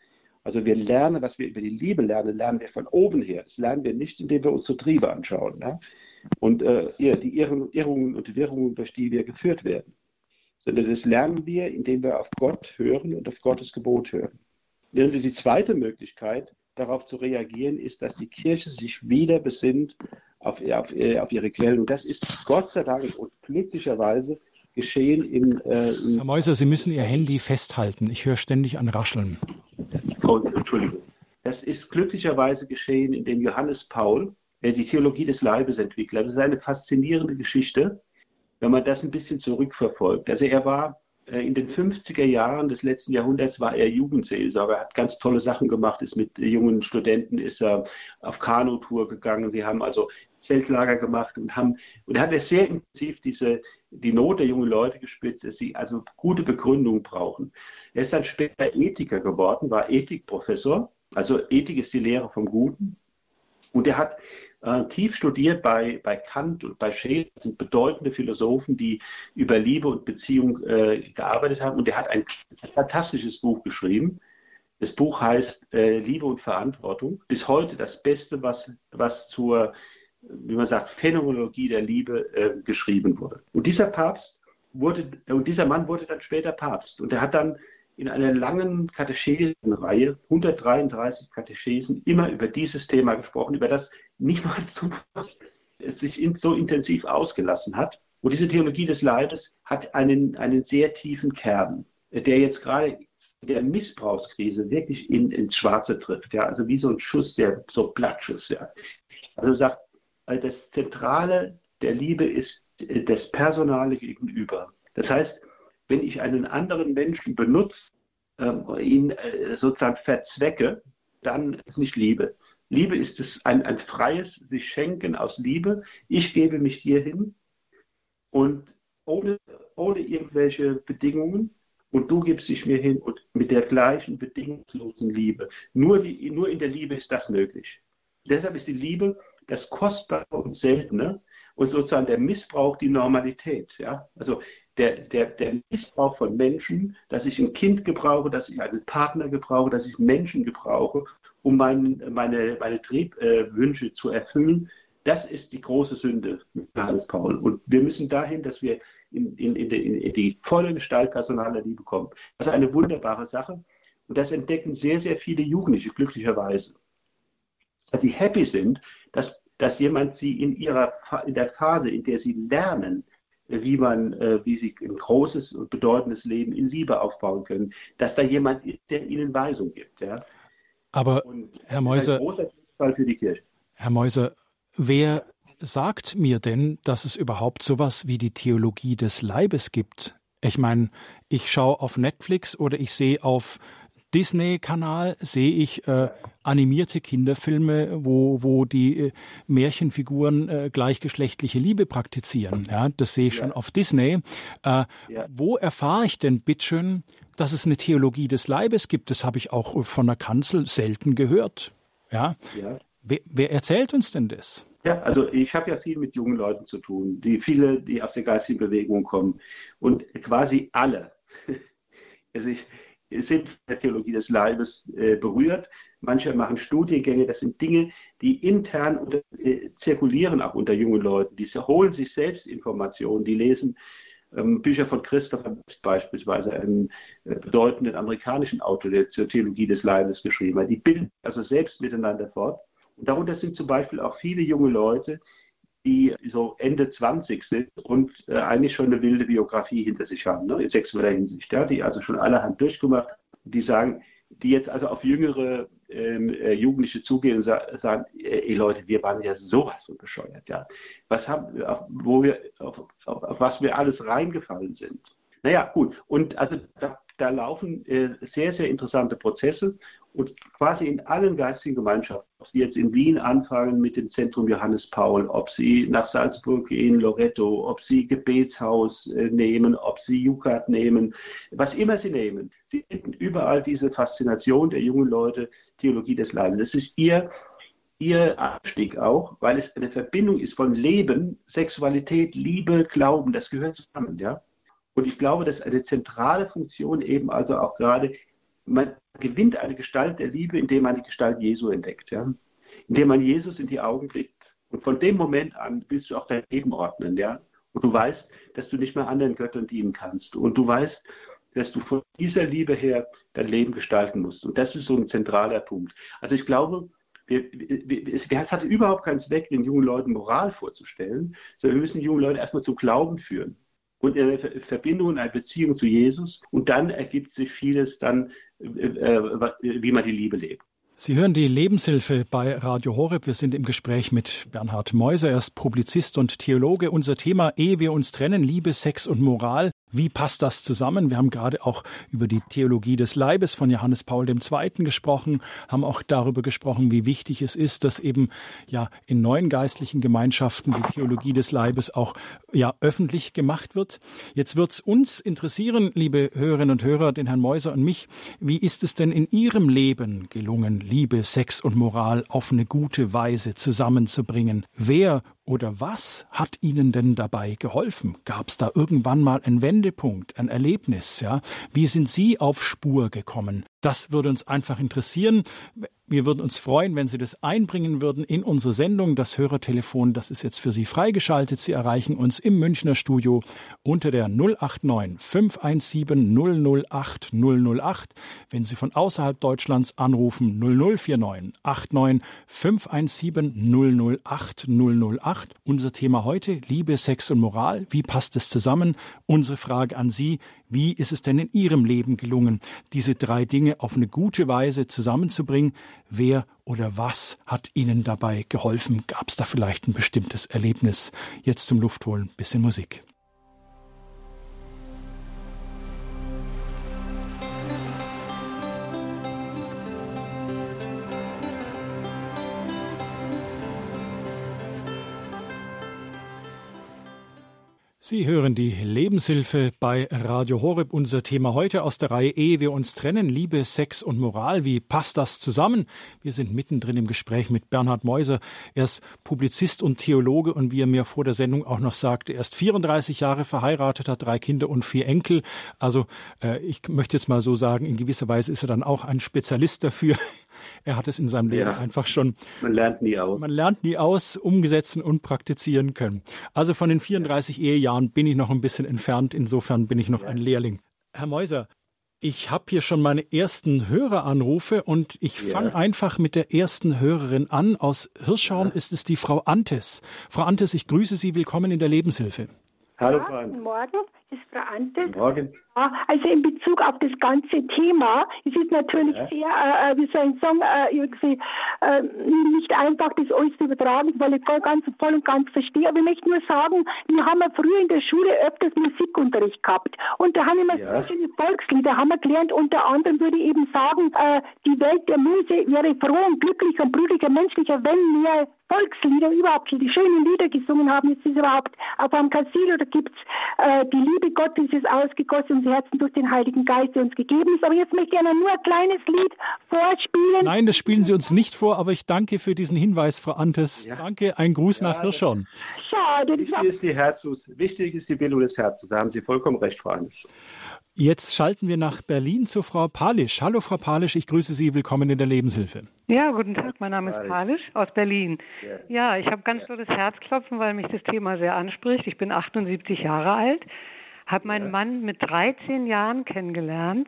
Also wir lernen, was wir über die Liebe lernen, lernen wir von oben her. Das lernen wir nicht, indem wir unsere Triebe anschauen. Ja? Und die Irrungen und Wirrungen, durch die wir geführt werden. Sondern das lernen wir, indem wir auf Gott hören und auf Gottes Gebot hören. Und die zweite Möglichkeit, darauf zu reagieren, ist, dass die Kirche sich wieder besinnt auf ihre Quellen. Und das ist Gott sei Dank und glücklicherweise geschehen Herr Meuser, Sie müssen Ihr Handy festhalten. Ich höre ständig ein Rascheln. Oh, Entschuldigung. Das ist glücklicherweise geschehen, indem Johannes Paul die Theologie des Leibes entwickelt hat. Das ist eine faszinierende Geschichte, wenn man das ein bisschen zurückverfolgt. Also er war in den 50er Jahren des letzten Jahrhunderts war er Jugendseelsorger, hat ganz tolle Sachen gemacht, ist mit jungen Studenten, ist er auf Kanutour gegangen. Sie haben also Zeltlager gemacht und hat sehr intensiv die Not der jungen Leute gespürt, dass sie also gute Begründungen brauchen. Er ist dann später Ethiker geworden, war Ethikprofessor, also Ethik ist die Lehre vom Guten. Und er hat tief studiert bei Kant und bei Schiller, das sind bedeutende Philosophen, die über Liebe und Beziehung gearbeitet haben. Und er hat ein fantastisches Buch geschrieben. Das Buch heißt Liebe und Verantwortung. Bis heute das Beste, was zur, wie man sagt, Phänomenologie der Liebe geschrieben wurde. Und dieser Mann wurde dann später Papst. Und er hat dann in einer langen Katechesenreihe, 133 Katechesen, immer über dieses Thema gesprochen, über das niemand sich so intensiv ausgelassen hat. Und diese Theologie des Leibes hat einen sehr tiefen Kern, der jetzt gerade in der Missbrauchskrise wirklich ins Schwarze trifft. Ja? Also wie so ein Schuss, so Blattschuss. Ja? Also sagt, das Zentrale der Liebe ist das personale Gegenüber. Das heißt, wenn ich einen anderen Menschen benutze, ihn sozusagen verzwecke, dann ist nicht Liebe. Liebe ist ein freies sich schenken aus Liebe. Ich gebe mich dir hin und ohne irgendwelche Bedingungen und du gibst dich mir hin und mit der gleichen bedingungslosen Liebe. Nur in der Liebe ist das möglich. Deshalb ist die Liebe das Kostbare und Seltene und sozusagen der Missbrauch die Normalität. Ja? Also der Missbrauch von Menschen, dass ich ein Kind gebrauche, dass ich einen Partner gebrauche, dass ich Menschen gebrauche, um meine Triebwünsche zu erfüllen, das ist die große Sünde mit Johannes Paul. Und wir müssen dahin, dass wir in die volle Gestalt personaler Liebe kommen. Das ist eine wunderbare Sache. Und das entdecken sehr, sehr viele Jugendliche, glücklicherweise. Dass sie happy sind, dass jemand sie in der Phase, in der sie lernen, wie sie ein großes und bedeutendes Leben in Liebe aufbauen können, dass da jemand ist, der ihnen Weisung gibt. Ja? Aber Herr Meuser, ein großer Fall für die Kirche. Herr Meuser, wer sagt mir denn, dass es überhaupt sowas wie die Theologie des Leibes gibt? Ich meine, ich schaue auf Netflix oder ich sehe auf Disney-Kanal animierte Kinderfilme, wo die Märchenfiguren gleichgeschlechtliche Liebe praktizieren. Ja, das sehe ich schon auf Disney. Wo erfahre ich denn bitteschön, dass es eine Theologie des Leibes gibt? Das habe ich auch von der Kanzel selten gehört. Ja. Wer erzählt uns denn das? Ja, also ich habe ja viel mit jungen Leuten zu tun, viele, die aus der geistigen Bewegung kommen. Und quasi alle sind von der Theologie des Leibes berührt. Manche machen Studiengänge. Das sind Dinge, die intern zirkulieren auch unter jungen Leuten. Die holen sich selbst Informationen, die lesen Bücher von Christopher West beispielsweise, einem bedeutenden amerikanischen Autor, der zur Theologie des Leibes geschrieben hat. Die bilden also selbst miteinander fort. Und darunter sind zum Beispiel auch viele junge Leute, die so Ende 20 sind und eigentlich schon eine wilde Biografie hinter sich haben, ne, in sexueller Hinsicht, ja, die also schon allerhand durchgemacht haben, die jetzt also auf jüngere Jugendliche zugehen und sagen, ey Leute, wir waren ja sowas von bescheuert, ja. Auf was wir alles reingefallen sind. Naja, gut, und also da laufen sehr, sehr interessante Prozesse. Und quasi in allen geistigen Gemeinschaften, ob Sie jetzt in Wien anfangen mit dem Zentrum Johannes Paul, ob Sie nach Salzburg gehen, Loretto, ob Sie Gebetshaus nehmen, ob Sie Jukat nehmen, was immer Sie nehmen, Sie finden überall diese Faszination der jungen Leute, Theologie des Leibes. Das ist Ihr Anstieg auch, weil es eine Verbindung ist von Leben, Sexualität, Liebe, Glauben, das gehört zusammen, ja. Und ich glaube, das ist eine zentrale Funktion eben also auch gerade, gewinnt eine Gestalt der Liebe, indem man die Gestalt Jesu entdeckt, ja? Indem man Jesus in die Augen blickt. Und von dem Moment an willst du auch dein Leben ordnen, ja? Und du weißt, dass du nicht mehr anderen Göttern dienen kannst. Und du weißt, dass du von dieser Liebe her dein Leben gestalten musst. Und das ist so ein zentraler Punkt. Also ich glaube, es hat überhaupt keinen Zweck, den jungen Leuten Moral vorzustellen, sondern wir müssen die jungen Leute erstmal zum Glauben führen. Und in eine Verbindung, in eine Beziehung zu Jesus. Und dann ergibt sich vieles dann, wie man die Liebe lebt. Sie hören die Lebenshilfe bei Radio Horeb. Wir sind im Gespräch mit Bernhard Meuser. Er ist Publizist und Theologe. Unser Thema: Ehe wir uns trennen, Liebe, Sex und Moral. Wie passt das zusammen? Wir haben gerade auch über die Theologie des Leibes von Johannes Paul II. Gesprochen, haben auch darüber gesprochen, wie wichtig es ist, dass eben ja in neuen geistlichen Gemeinschaften die Theologie des Leibes auch öffentlich gemacht wird. Jetzt wird es uns interessieren, liebe Hörerinnen und Hörer, den Herrn Meuser und mich, wie ist es denn in Ihrem Leben gelungen, Liebe, Sex und Moral auf eine gute Weise zusammenzubringen? Wer oder was hat Ihnen denn dabei geholfen? Gab es da irgendwann mal einen Wendepunkt, ein Erlebnis? Ja? Wie sind Sie auf Spur gekommen? Das würde uns einfach interessieren. Wir würden uns freuen, wenn Sie das einbringen würden in unsere Sendung. Das Hörertelefon, das ist jetzt für Sie freigeschaltet. Sie erreichen uns im Münchner Studio unter der 089 517 008 008. Wenn Sie von außerhalb Deutschlands anrufen, 0049 89 517 008 008. Unser Thema heute: Liebe, Sex und Moral. Wie passt es zusammen? Unsere Frage an Sie: Wie ist es denn in Ihrem Leben gelungen, diese drei Dinge auf eine gute Weise zusammenzubringen? Wer oder was hat Ihnen dabei geholfen? Gab es da vielleicht ein bestimmtes Erlebnis? Jetzt zum Luftholen, bisschen Musik. Sie hören die Lebenshilfe bei Radio Horeb. Unser Thema heute aus der Reihe Ehe wir uns trennen, Liebe, Sex und Moral. Wie passt das zusammen? Wir sind mittendrin im Gespräch mit Bernhard Meuser. Er ist Publizist und Theologe und wie er mir vor der Sendung auch noch sagte, er ist 34 Jahre verheiratet, hat 3 Kinder und 4 Enkel. Also ich möchte jetzt mal so sagen, in gewisser Weise ist er dann auch ein Spezialist dafür. Er hat es in seinem Leben einfach schon... Man lernt nie aus. Man lernt nie aus, umgesetzen und praktizieren können. Also von den 34 Ehejahren bin ich noch ein bisschen entfernt. Insofern bin ich noch ein Lehrling. Herr Meuser, ich habe hier schon meine ersten Höreranrufe und ich fange einfach mit der ersten Hörerin an. Aus Hirschhorn ist es die Frau Antes. Frau Antes, ich grüße Sie. Willkommen in der Lebenshilfe. Hallo Frau Antes. Guten Morgen, das ist Frau Antes. Guten Morgen. Ja, also in Bezug auf das ganze Thema, es ist natürlich sehr, wie soll ich sagen, irgendwie nicht einfach, das alles zu übertragen, weil ich voll und ganz verstehe. Aber ich möchte nur sagen, wir haben ja früher in der Schule öfters Musikunterricht gehabt. Und da haben wir sehr schöne Volkslieder haben wir gelernt. Unter anderem würde ich eben sagen, die Welt der Muse wäre froh und glücklich und brüdiger, menschlicher, wenn mehr Volkslieder überhaupt die schönen Lieder gesungen haben. Ist es überhaupt auf einem Kasil oder gibt's die Liebe Gottes ist ausgegossen, unser Herzen durch den Heiligen Geist, der uns gegeben ist. Aber jetzt möchte ich gerne nur ein kleines Lied vorspielen. Nein, das spielen Sie uns nicht vor, aber ich danke für diesen Hinweis, Frau Antes. Ja. Danke, ein Gruß nach Hirschhorn. Schade. Wichtig ist die Bildung des Herzens. Da haben Sie vollkommen recht, Frau Antes. Jetzt schalten wir nach Berlin zu Frau Palisch. Hallo Frau Palisch, ich grüße Sie, willkommen in der Lebenshilfe. Ja, guten Tag, mein Name ist Palisch aus Berlin. Ja, ich habe ganz tolles Herzklopfen, weil mich das Thema sehr anspricht. Ich bin 78 Jahre alt, habe meinen Mann mit 13 Jahren kennengelernt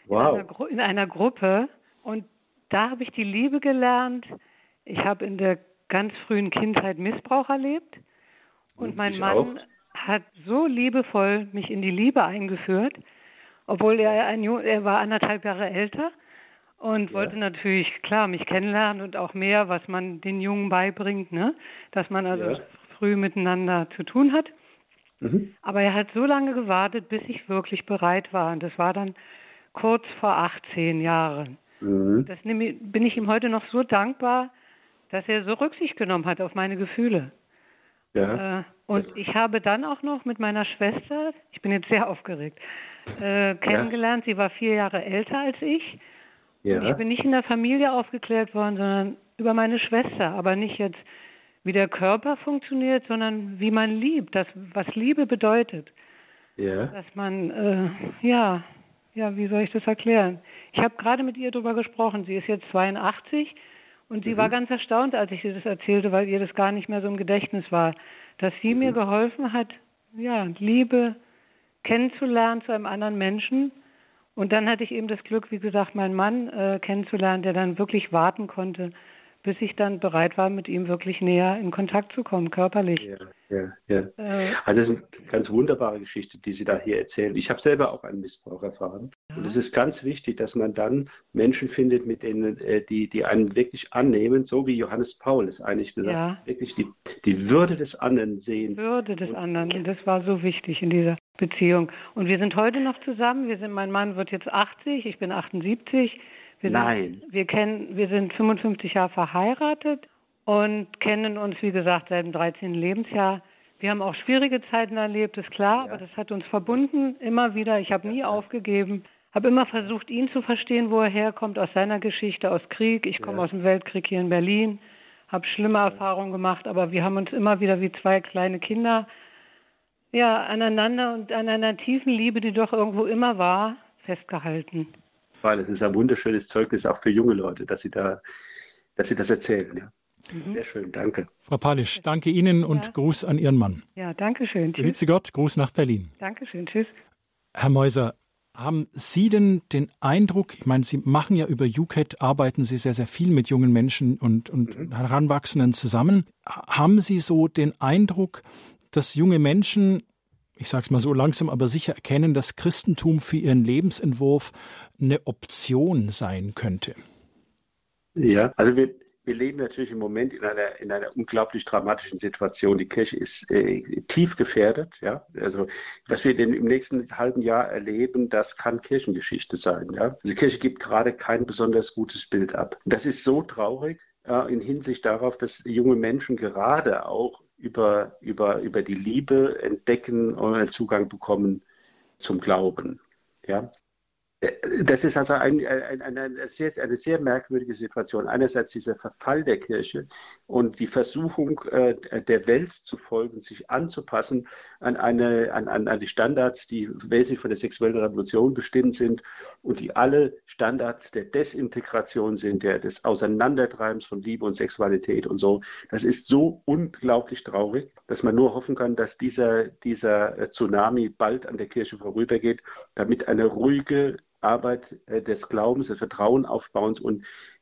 in einer Gruppe und da habe ich die Liebe gelernt. Ich habe in der ganz frühen Kindheit Missbrauch erlebt und mein Mann hat so liebevoll mich in die Liebe eingeführt, obwohl er war 1,5 Jahre älter und wollte natürlich, klar, mich kennenlernen und auch mehr, was man den Jungen beibringt, ne? Dass man also früh miteinander zu tun hat. Mhm. Aber er hat so lange gewartet, bis ich wirklich bereit war. Und das war dann kurz vor 18 Jahren. Mhm. Das bin ich ihm heute noch so dankbar, dass er so Rücksicht genommen hat auf meine Gefühle. Ja. Und ich habe dann auch noch mit meiner Schwester, ich bin jetzt sehr aufgeregt, kennengelernt. Sie war 4 Jahre älter als ich. Ja. Und ich bin nicht in der Familie aufgeklärt worden, sondern über meine Schwester. Aber nicht jetzt, wie der Körper funktioniert, sondern wie man liebt, was Liebe bedeutet. Ja. Dass man, ja, wie soll ich das erklären? Ich habe gerade mit ihr darüber gesprochen. Sie ist jetzt 82 und sie war ganz erstaunt, als ich ihr das erzählte, weil ihr das gar nicht mehr so im Gedächtnis war, dass sie mir geholfen hat, ja, Liebe kennenzulernen zu einem anderen Menschen. Und dann hatte ich eben das Glück, wie gesagt, meinen Mann kennenzulernen, der dann wirklich warten konnte, bis ich dann bereit war, mit ihm wirklich näher in Kontakt zu kommen, körperlich. Ja. Also das ist eine ganz wunderbare Geschichte, die Sie da hier erzählen. Ich habe selber auch einen Missbrauch erfahren. Ja. Und es ist ganz wichtig, dass man dann Menschen findet, mit denen, die einen wirklich annehmen, so wie Johannes Paul es eigentlich gesagt hat, wirklich die Würde des anderen sehen. Würde des anderen, und das war so wichtig in dieser Beziehung. Und wir sind heute noch zusammen. Mein Mann wird jetzt 80, ich bin 78. Wir sind 55 Jahre verheiratet und kennen uns, wie gesagt, seit dem 13. Lebensjahr. Wir haben auch schwierige Zeiten erlebt, ist klar, aber das hat uns verbunden, immer wieder. Ich habe nie aufgegeben, habe immer versucht, ihn zu verstehen, wo er herkommt, aus seiner Geschichte, aus Krieg. Ich komme aus dem Weltkrieg hier in Berlin, habe schlimme Erfahrungen gemacht, aber wir haben uns immer wieder wie zwei kleine Kinder aneinander und an einer tiefen Liebe, die doch irgendwo immer war, festgehalten. Weil es ist ein wunderschönes Zeugnis auch für junge Leute, dass Sie das erzählen. Ja. Sehr schön, danke. Frau Palisch, danke Ihnen und Gruß an Ihren Mann. Ja, danke schön. Behüte Sie Gott, Gruß nach Berlin. Dankeschön, tschüss. Herr Meuser, haben Sie denn den Eindruck, ich meine, Sie machen ja über UCAT, arbeiten Sie sehr, sehr viel mit jungen Menschen und Heranwachsenden zusammen. Haben Sie so den Eindruck, dass junge Menschen, ich sage es mal so langsam, aber sicher erkennen, dass Christentum für ihren Lebensentwurf eine Option sein könnte? Ja, also wir leben natürlich im Moment in einer unglaublich dramatischen Situation. Die Kirche ist tief gefährdet. Ja? Also was wir denn im nächsten halben Jahr erleben, das kann Kirchengeschichte sein. Ja? Also die Kirche gibt gerade kein besonders gutes Bild ab. Und das ist so traurig in Hinsicht darauf, dass junge Menschen gerade auch über die Liebe entdecken und einen Zugang bekommen zum Glauben. Ja? Das ist also eine sehr merkwürdige Situation. Einerseits dieser Verfall der Kirche und die Versuchung der Welt zu folgen, sich anzupassen an die Standards, die wesentlich von der sexuellen Revolution bestimmt sind und die alle Standards der Desintegration sind, des Auseinandertreibens von Liebe und Sexualität und so. Das ist so unglaublich traurig, dass man nur hoffen kann, dass dieser Tsunami bald an der Kirche vorübergeht, damit eine ruhige Arbeit des Glaubens, des Vertrauenaufbauens und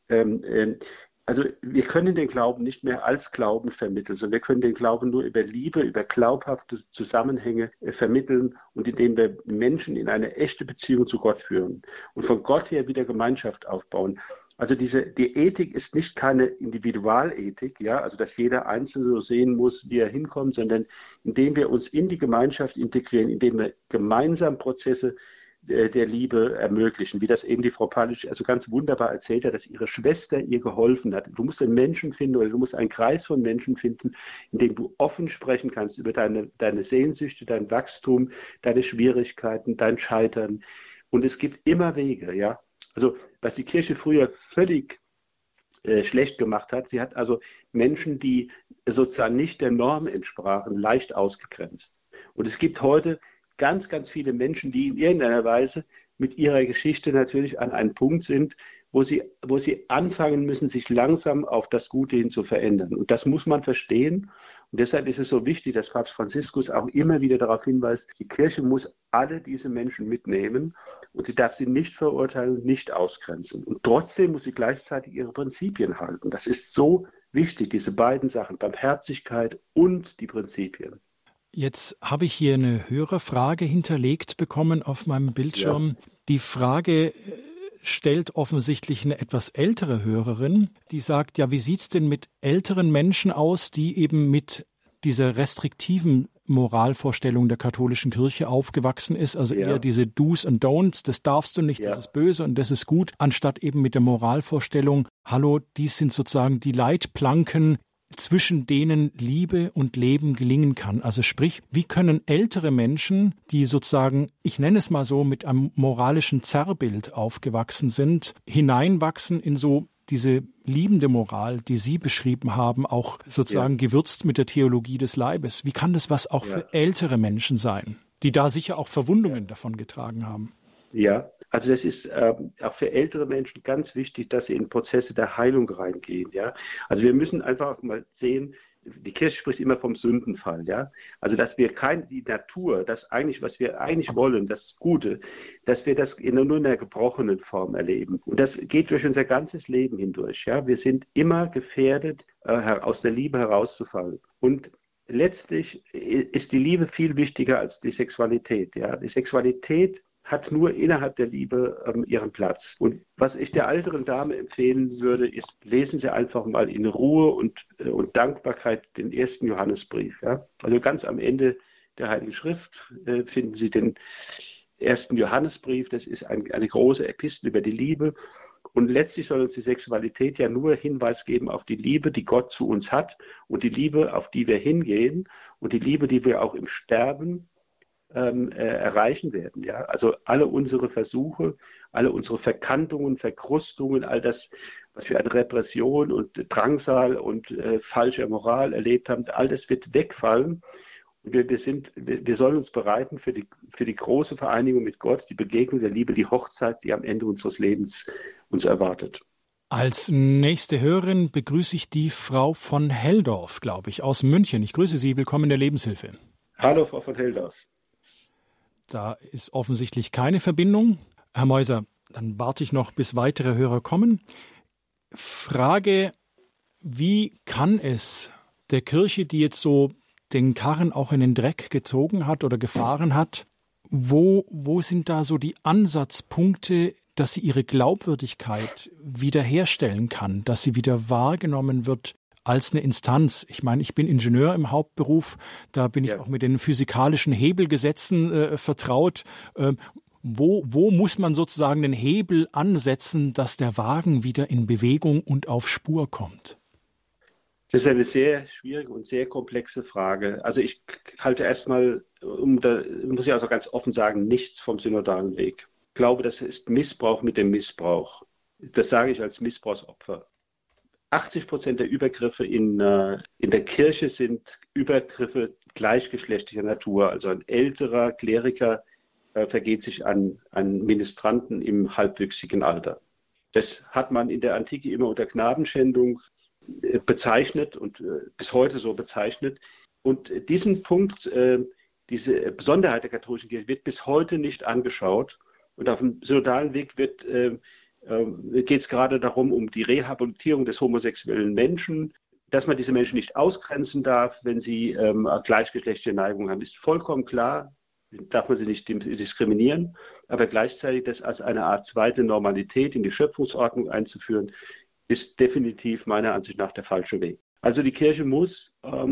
also wir können den Glauben nicht mehr als Glauben vermitteln, sondern wir können den Glauben nur über Liebe, über glaubhafte Zusammenhänge vermitteln und indem wir Menschen in eine echte Beziehung zu Gott führen und von Gott her wieder Gemeinschaft aufbauen. Also die Ethik ist nicht keine Individualethik, ja, also dass jeder Einzelne so sehen muss, wie er hinkommt, sondern indem wir uns in die Gemeinschaft integrieren, indem wir gemeinsam Prozesse der Liebe ermöglichen, wie das eben die Frau Palisch also ganz wunderbar erzählt hat, dass ihre Schwester ihr geholfen hat. Du musst einen Menschen finden oder du musst einen Kreis von Menschen finden, in dem du offen sprechen kannst über deine Sehnsüchte, dein Wachstum, deine Schwierigkeiten, dein Scheitern. Und es gibt immer Wege, ja. Also was die Kirche früher völlig schlecht gemacht hat, sie hat also Menschen, die sozusagen nicht der Norm entsprachen, leicht ausgegrenzt. Und es gibt heute ganz, ganz viele Menschen, die in irgendeiner Weise mit ihrer Geschichte natürlich an einem Punkt sind, wo sie anfangen müssen, sich langsam auf das Gute hin zu verändern. Und das muss man verstehen. Und deshalb ist es so wichtig, dass Papst Franziskus auch immer wieder darauf hinweist, die Kirche muss alle diese Menschen mitnehmen und sie darf sie nicht verurteilen und nicht ausgrenzen. Und trotzdem muss sie gleichzeitig ihre Prinzipien halten. Das ist so wichtig, diese beiden Sachen, Barmherzigkeit und die Prinzipien. Jetzt habe ich hier eine Hörerfrage hinterlegt bekommen auf meinem Bildschirm. Ja. Die Frage stellt offensichtlich eine etwas ältere Hörerin, die sagt, ja, wie sieht's denn mit älteren Menschen aus, die eben mit dieser restriktiven Moralvorstellung der katholischen Kirche aufgewachsen ist, also eher diese Do's und Don'ts, das darfst du nicht, das ist böse und das ist gut, anstatt eben mit der Moralvorstellung, hallo, dies sind sozusagen die Leitplanken, zwischen denen Liebe und Leben gelingen kann. Also sprich, wie können ältere Menschen, die sozusagen, ich nenne es mal so, mit einem moralischen Zerrbild aufgewachsen sind, hineinwachsen in so diese liebende Moral, die Sie beschrieben haben, auch sozusagen gewürzt mit der Theologie des Leibes. Wie kann das was auch für ältere Menschen sein, die da sicher auch Verwundungen davon getragen haben? Ja, also das ist auch für ältere Menschen ganz wichtig, dass sie in Prozesse der Heilung reingehen. Ja, also wir müssen einfach mal sehen, die Kirche spricht immer vom Sündenfall. Ja, also dass wir die Natur, das eigentlich, was wir eigentlich wollen, das Gute, dass wir das nur in einer gebrochenen Form erleben. Und das geht durch unser ganzes Leben hindurch. Ja, wir sind immer gefährdet, aus der Liebe herauszufallen. Und letztlich ist die Liebe viel wichtiger als die Sexualität. Ja, die Sexualität hat nur innerhalb der Liebe ihren Platz. Und was ich der älteren Dame empfehlen würde, ist, lesen Sie einfach mal in Ruhe und Dankbarkeit den 1. Johannesbrief. Ja? Also ganz am Ende der Heiligen Schrift finden Sie den 1. Johannesbrief. Das ist eine große Epistel über die Liebe. Und letztlich soll uns die Sexualität ja nur Hinweis geben auf die Liebe, die Gott zu uns hat und die Liebe, auf die wir hingehen und die Liebe, die wir auch im Sterben erreichen werden. Ja? Also alle unsere Versuche, alle unsere Verkantungen, Verkrustungen, all das, was wir an Repression und Drangsal und falscher Moral erlebt haben, all das wird wegfallen. Und wir sollen uns bereiten für die große Vereinigung mit Gott, die Begegnung der Liebe, die Hochzeit, die am Ende unseres Lebens uns erwartet. Als nächste Hörerin begrüße ich die Frau von Helldorf, glaube ich, aus München. Ich grüße Sie, willkommen in der Lebenshilfe. Hallo, Frau von Helldorf. Da ist offensichtlich keine Verbindung. Herr Meuser, dann warte ich noch, bis weitere Hörer kommen. Frage, wie kann es der Kirche, die jetzt so den Karren auch in den Dreck gezogen hat oder gefahren hat, wo sind da so die Ansatzpunkte, dass sie ihre Glaubwürdigkeit wiederherstellen kann, dass sie wieder wahrgenommen wird als eine Instanz? Ich meine, ich bin Ingenieur im Hauptberuf, da bin ich auch mit den physikalischen Hebelgesetzen vertraut. Wo muss man sozusagen den Hebel ansetzen, dass der Wagen wieder in Bewegung und auf Spur kommt? Das ist eine sehr schwierige und sehr komplexe Frage. Also ich halte erstmal, muss ich also ganz offen sagen, nichts vom synodalen Weg. Ich glaube, das ist Missbrauch mit dem Missbrauch. Das sage ich als Missbrauchsopfer. 80% der Übergriffe in der Kirche sind Übergriffe gleichgeschlechtlicher Natur. Also ein älterer Kleriker vergeht sich an Ministranten im halbwüchsigen Alter. Das hat man in der Antike immer unter Knabenschändung bezeichnet und bis heute so bezeichnet. Und diesen Punkt, diese Besonderheit der katholischen Kirche wird bis heute nicht angeschaut. Und auf dem synodalen Weg geht es gerade darum, um die Rehabilitierung des homosexuellen Menschen, dass man diese Menschen nicht ausgrenzen darf, wenn sie gleichgeschlechtliche Neigungen haben, ist vollkommen klar, darf man sie nicht diskriminieren, aber gleichzeitig das als eine Art zweite Normalität in die Schöpfungsordnung einzuführen, ist definitiv meiner Ansicht nach der falsche Weg. Also die Kirche muss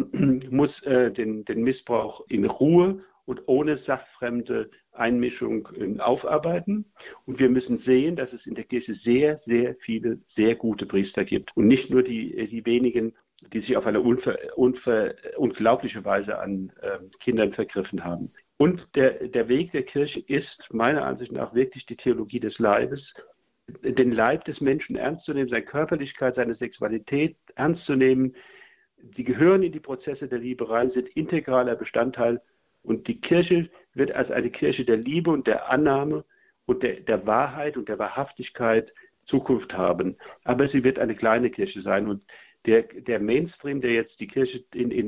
den Missbrauch in Ruhe und ohne sachfremde Einmischung aufarbeiten. Und wir müssen sehen, dass es in der Kirche sehr, sehr viele sehr gute Priester gibt. Und nicht nur die wenigen, die sich auf eine unglaubliche Weise an Kindern vergriffen haben. Und der Weg der Kirche ist meiner Ansicht nach wirklich die Theologie des Leibes, den Leib des Menschen ernst zu nehmen, seine Körperlichkeit, seine Sexualität ernst zu nehmen. Die gehören in die Prozesse der Liebe rein, sind integraler Bestandteil. Und die Kirche wird als eine Kirche der Liebe und der Annahme und der Wahrheit und der Wahrhaftigkeit Zukunft haben. Aber sie wird eine kleine Kirche sein. Und der Mainstream, der jetzt die Kirche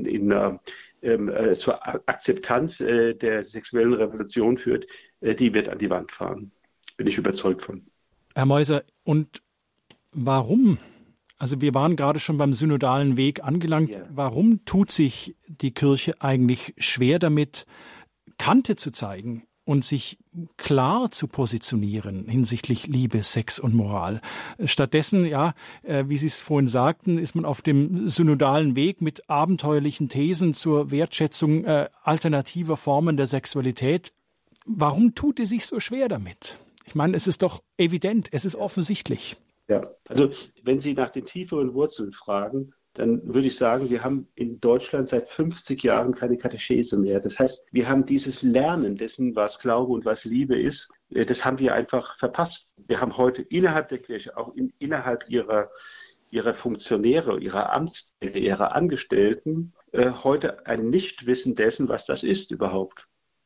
zur Akzeptanz der sexuellen Revolution führt, die wird an die Wand fahren. Bin ich überzeugt von. Herr Meuser, und warum? Also wir waren gerade schon beim synodalen Weg angelangt. Ja. Warum tut sich die Kirche eigentlich schwer damit, Kante zu zeigen und sich klar zu positionieren hinsichtlich Liebe, Sex und Moral? Stattdessen, wie Sie es vorhin sagten, ist man auf dem synodalen Weg mit abenteuerlichen Thesen zur Wertschätzung alternativer Formen der Sexualität. Warum tut es sich so schwer damit? Ich meine, es ist doch evident, es ist offensichtlich. Ja, also wenn Sie nach den tieferen Wurzeln fragen, dann würde ich sagen, wir haben in Deutschland seit 50 Jahren keine Katechese mehr. Das heißt, wir haben dieses Lernen dessen, was Glaube und was Liebe ist, das haben wir einfach verpasst. Wir haben heute innerhalb der Kirche, auch innerhalb ihrer Funktionäre, ihrer Amtsträger, ihrer Angestellten, heute ein Nichtwissen dessen, was das ist überhaupt.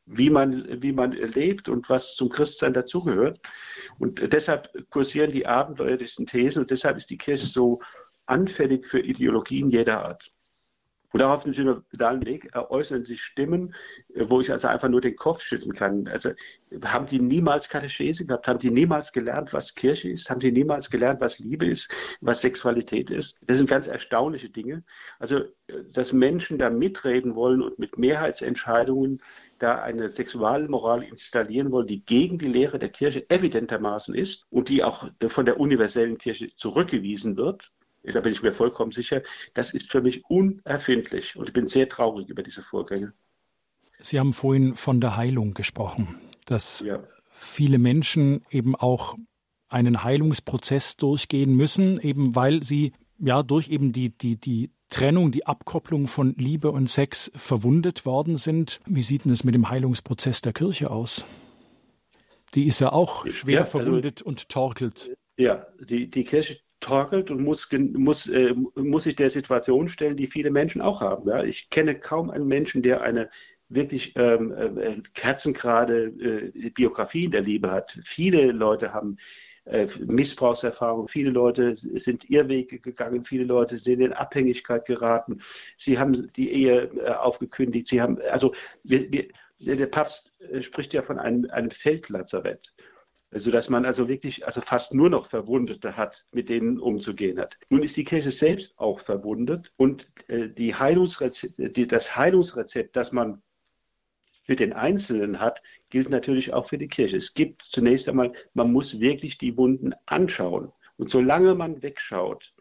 wie man lebt und was zum Christsein dazugehört. Und deshalb kursieren die abenteuerlichsten Thesen und deshalb ist die Kirche so anfällig für Ideologien jeder Art. Und auch auf dem synodalen Weg äußern sich Stimmen, wo ich also einfach nur den Kopf schütteln kann. Also haben die niemals Katechese gehabt? Haben die niemals gelernt, was Kirche ist? Haben die niemals gelernt, was Liebe ist, was Sexualität ist? Das sind ganz erstaunliche Dinge. Also, dass Menschen da mitreden wollen und mit Mehrheitsentscheidungen da eine Sexualmoral installieren wollen, die gegen die Lehre der Kirche evidentermaßen ist und die auch von der universellen Kirche zurückgewiesen wird, da bin ich mir vollkommen sicher, das ist für mich unerfindlich und ich bin sehr traurig über diese Vorgänge. Sie haben vorhin von der Heilung gesprochen, dass viele Menschen eben auch einen Heilungsprozess durchgehen müssen, eben weil sie durch eben die Trennung, die Abkopplung von Liebe und Sex verwundet worden sind. Wie sieht denn es mit dem Heilungsprozess der Kirche aus? Die ist ja auch schwer verwundet und torkelt. Ja, die Kirche torkelt und muss sich der Situation stellen, die viele Menschen auch haben. Ja? Ich kenne kaum einen Menschen, der eine wirklich kerzengerade Biografie in der Liebe hat. Viele Leute haben Missbrauchserfahrung, viele Leute sind Irrwege gegangen, viele Leute sind in Abhängigkeit geraten, sie haben die Ehe aufgekündigt, sie haben, also der Papst spricht ja von einem Feldlazarett. Sodass man also wirklich fast nur noch Verwundete hat, mit denen umzugehen hat. Nun ist die Kirche selbst auch verwundet und das Heilungsrezept, das man für den Einzelnen hat, gilt natürlich auch für die Kirche. Es gibt zunächst einmal, man muss wirklich die Wunden anschauen. Und solange man wegschaut,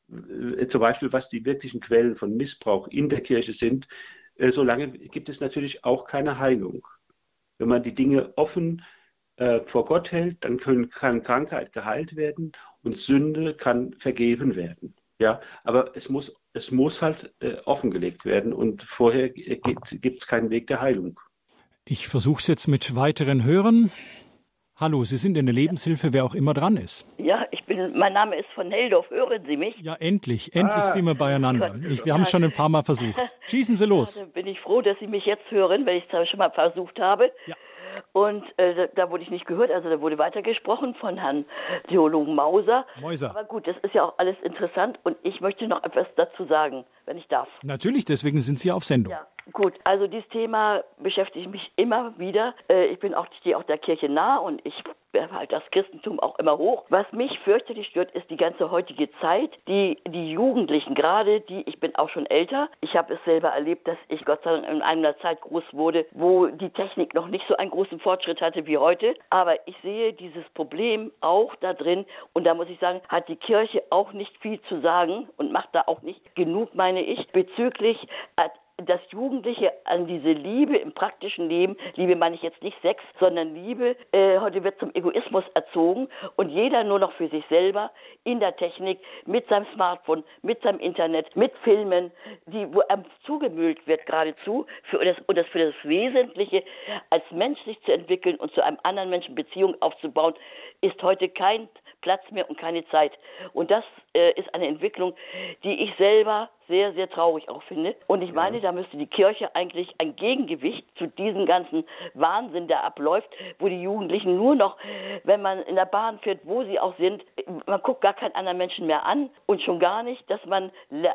zum Beispiel was die wirklichen Quellen von Missbrauch in der Kirche sind, solange gibt es natürlich auch keine Heilung. Wenn man die Dinge offen vor Gott hält, dann kann Krankheit geheilt werden und Sünde kann vergeben werden. Ja, aber es muss halt offengelegt werden und vorher gibt es keinen Weg der Heilung. Ich versuche es jetzt mit weiteren Hörern. Hallo, Sie sind in der Lebenshilfe, wer auch immer dran ist. Ja, mein Name ist von Heldorf. Hören Sie mich? Ja, endlich sind wir beieinander. Wir haben es schon ein paar Mal versucht. Schießen Sie los. Ja, dann bin ich froh, dass Sie mich jetzt hören, weil ich es schon mal versucht habe. Ja. Und da wurde ich nicht gehört, also da wurde weitergesprochen von Herrn Theologen Mauser. Aber gut, das ist ja auch alles interessant und ich möchte noch etwas dazu sagen, wenn ich darf. Natürlich, deswegen sind Sie auf Sendung. Ja, gut, also dieses Thema beschäftigt mich immer wieder. Ich stehe auch der Kirche nahe und ich halt das Christentum auch immer hoch. Was mich fürchterlich stört, ist die ganze heutige Zeit, die Jugendlichen gerade, ich bin auch schon älter. Ich habe es selber erlebt, dass ich Gott sei Dank in einer Zeit groß wurde, wo die Technik noch nicht so einen großen Fortschritt hatte wie heute. Aber ich sehe dieses Problem auch da drin und da muss ich sagen, hat die Kirche auch nicht viel zu sagen und macht da auch nicht genug, meine ich, bezüglich dass Jugendliche an diese Liebe im praktischen Leben, Liebe meine ich jetzt nicht Sex, sondern Liebe, heute wird zum Egoismus erzogen und jeder nur noch für sich selber in der Technik, mit seinem Smartphone, mit seinem Internet, mit Filmen, wo einem zugemüllt wird geradezu, für das Wesentliche, als Mensch sich zu entwickeln und zu einem anderen Menschen Beziehung aufzubauen, ist heute kein Platz mehr und keine Zeit. Und das ist eine Entwicklung, die ich selber sehr, sehr traurig auch finde. Und ich meine, da müsste die Kirche eigentlich ein Gegengewicht zu diesem ganzen Wahnsinn, der abläuft, wo die Jugendlichen nur noch, wenn man in der Bahn fährt, wo sie auch sind, man guckt gar keinen anderen Menschen mehr an und schon gar nicht, dass man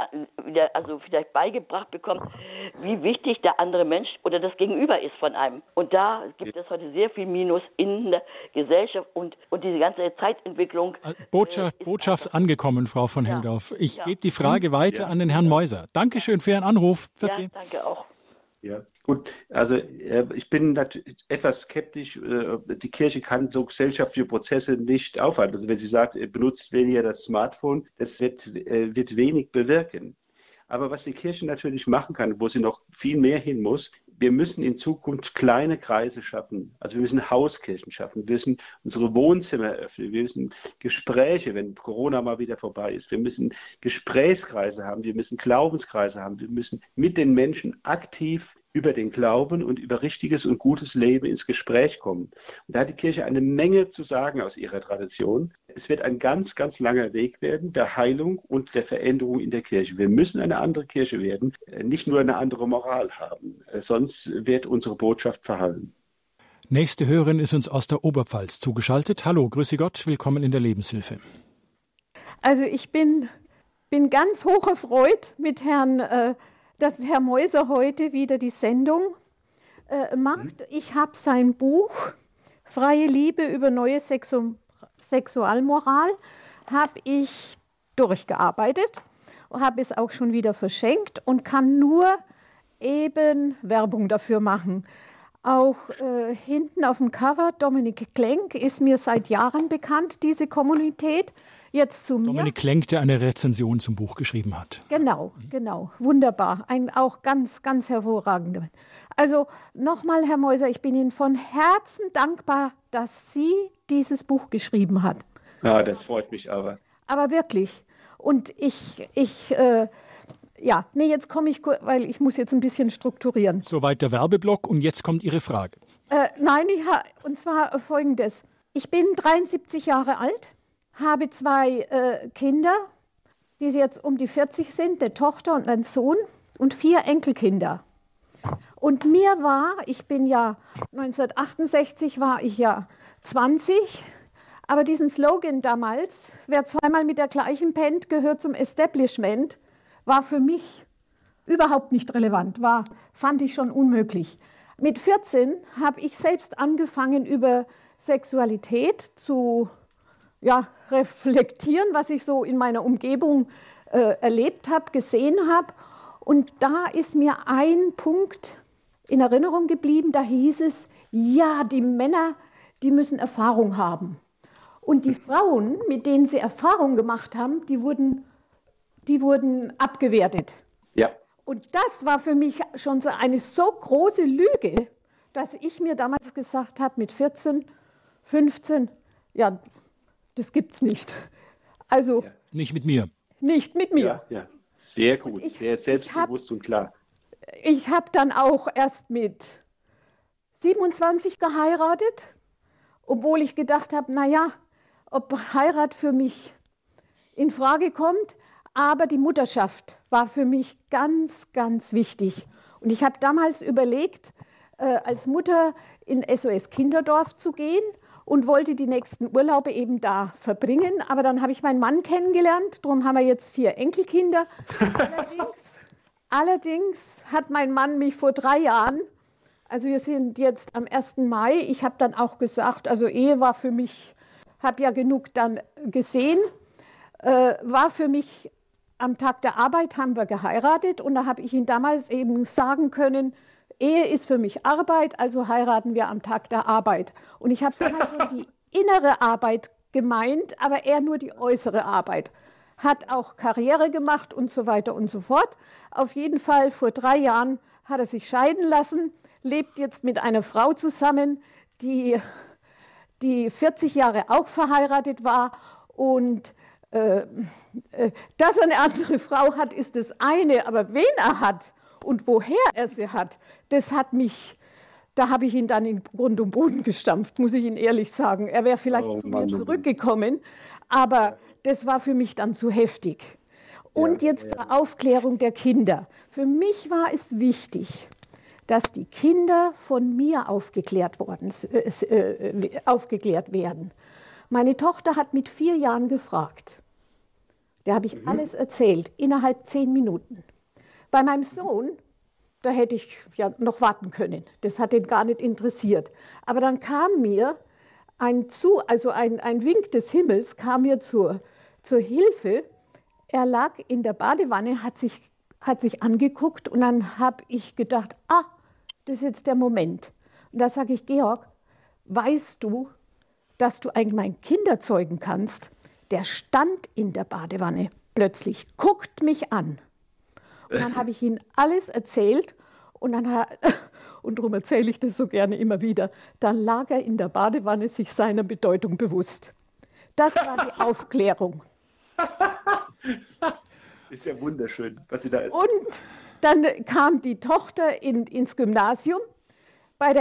vielleicht beigebracht bekommt, wie wichtig der andere Mensch oder das Gegenüber ist von einem. Und da gibt es heute sehr viel Minus in der Gesellschaft und diese ganze Zeitentwicklung. Botschaft angekommen, Frau von Heldorf. Ich gebe die Frage weiter an den Herrn Meuser. Dankeschön für Ihren Anruf. Danke auch. Ja, gut. Also ich bin etwas skeptisch. Die Kirche kann so gesellschaftliche Prozesse nicht aufhalten. Also wenn sie sagt, benutzt weniger das Smartphone, das wird wenig bewirken. Aber was die Kirche natürlich machen kann, wo sie noch viel mehr hin muss, wir müssen in Zukunft kleine Kreise schaffen. Also wir müssen Hauskirchen schaffen, wir müssen unsere Wohnzimmer öffnen, wir müssen Gespräche, wenn Corona mal wieder vorbei ist, wir müssen Gesprächskreise haben, wir müssen Glaubenskreise haben, wir müssen mit den Menschen aktiv über den Glauben und über richtiges und gutes Leben ins Gespräch kommen. Und da hat die Kirche eine Menge zu sagen aus ihrer Tradition. Es wird ein ganz, ganz langer Weg werden der Heilung und der Veränderung in der Kirche. Wir müssen eine andere Kirche werden, nicht nur eine andere Moral haben, sonst wird unsere Botschaft verhallen. Nächste Hörerin ist uns aus der Oberpfalz zugeschaltet. Hallo, grüße Gott, willkommen in der Lebenshilfe. Also ich bin ganz hoch erfreut mit dass Herr Meuser heute wieder die Sendung macht. Ich habe sein Buch Freie Liebe über neue Sexualmoral habe ich durchgearbeitet und habe es auch schon wieder verschenkt und kann nur eben Werbung dafür machen. Auch hinten auf dem Cover, Dominik Klenk ist mir seit Jahren bekannt, diese Kommunität. Jetzt zu mir. Dominik Klenk, der eine Rezension zum Buch geschrieben hat. Genau. Wunderbar. Ein auch ganz, ganz hervorragender. Also nochmal, Herr Meuser, ich bin Ihnen von Herzen dankbar, dass Sie dieses Buch geschrieben hat. Ja, das freut mich aber. Aber wirklich. Und jetzt komme ich, weil ich muss jetzt ein bisschen strukturieren. Soweit der Werbeblock und jetzt kommt Ihre Frage. Und zwar Folgendes. Ich bin 73 Jahre alt, habe 2 Kinder, die jetzt um die 40 sind, eine Tochter und ein Sohn und 4 Enkelkinder. Und ich bin ja 1968 war ich ja 20, aber diesen Slogan damals, wer zweimal mit der gleichen pennt, gehört zum Establishment, war für mich überhaupt nicht relevant, fand ich schon unmöglich. Mit 14 habe ich selbst angefangen, über Sexualität zu reflektieren, was ich so in meiner Umgebung erlebt habe, gesehen habe. Und da ist mir ein Punkt in Erinnerung geblieben, da hieß es, ja, die Männer, die müssen Erfahrung haben. Und die Frauen, mit denen sie Erfahrung gemacht haben, die wurden abgewertet. Ja. Und das war für mich schon so eine so große Lüge, dass ich mir damals gesagt habe, mit 14, 15, ja, das gibt's nicht. Also nicht mit mir. Nicht mit mir. Ja. Sehr gut, sehr selbstbewusst und klar. Ich habe dann auch erst mit 27 geheiratet, obwohl ich gedacht habe, ob Heirat für mich in Frage kommt. Aber die Mutterschaft war für mich ganz, ganz wichtig. Und ich habe damals überlegt, als Mutter in SOS Kinderdorf zu gehen und wollte die nächsten Urlaube eben da verbringen. Aber dann habe ich meinen Mann kennengelernt, darum haben wir jetzt 4 Enkelkinder. Allerdings hat mein Mann mich vor 3 Jahren, also wir sind jetzt am 1. Mai, ich habe dann auch gesagt, also Ehe war für mich, habe ja genug dann gesehen, war für mich am Tag der Arbeit haben wir geheiratet und da habe ich ihn damals eben sagen können, Ehe ist für mich Arbeit, also heiraten wir am Tag der Arbeit. Und ich habe damals schon die innere Arbeit gemeint, aber er nur die äußere Arbeit. Hat auch Karriere gemacht und so weiter und so fort. Auf jeden Fall vor 3 Jahren hat er sich scheiden lassen, lebt jetzt mit einer Frau zusammen, die 40 Jahre auch verheiratet war und dass er eine andere Frau hat, ist das eine, aber wen er hat und woher er sie hat, das hat mich, da habe ich ihn dann in Grund und Boden gestampft, muss ich Ihnen ehrlich sagen. Er wäre vielleicht zu mir zurückgekommen, aber das war für mich dann zu heftig. Und jetzt zur Aufklärung der Kinder. Für mich war es wichtig, dass die Kinder von mir aufgeklärt werden. Meine Tochter hat mit 4 Jahren gefragt. Da habe ich alles erzählt, innerhalb 10 Minuten. Bei meinem Sohn, da hätte ich ja noch warten können. Das hat ihn gar nicht interessiert. Aber dann kam mir ein Wink des Himmels, kam mir zur Hilfe. Er lag in der Badewanne, hat sich angeguckt und dann habe ich gedacht, das ist jetzt der Moment. Und da sage ich, Georg, weißt du, dass du eigentlich mein Kinder zeugen kannst? Der stand in der Badewanne plötzlich, guckt mich an. Und dann habe ich ihm alles erzählt und darum erzähle ich das so gerne immer wieder, dann lag er in der Badewanne sich seiner Bedeutung bewusst. Das war die Aufklärung. Ist ja wunderschön, was Sie da erzählen. Und Dann kam die Tochter ins Gymnasium. Beim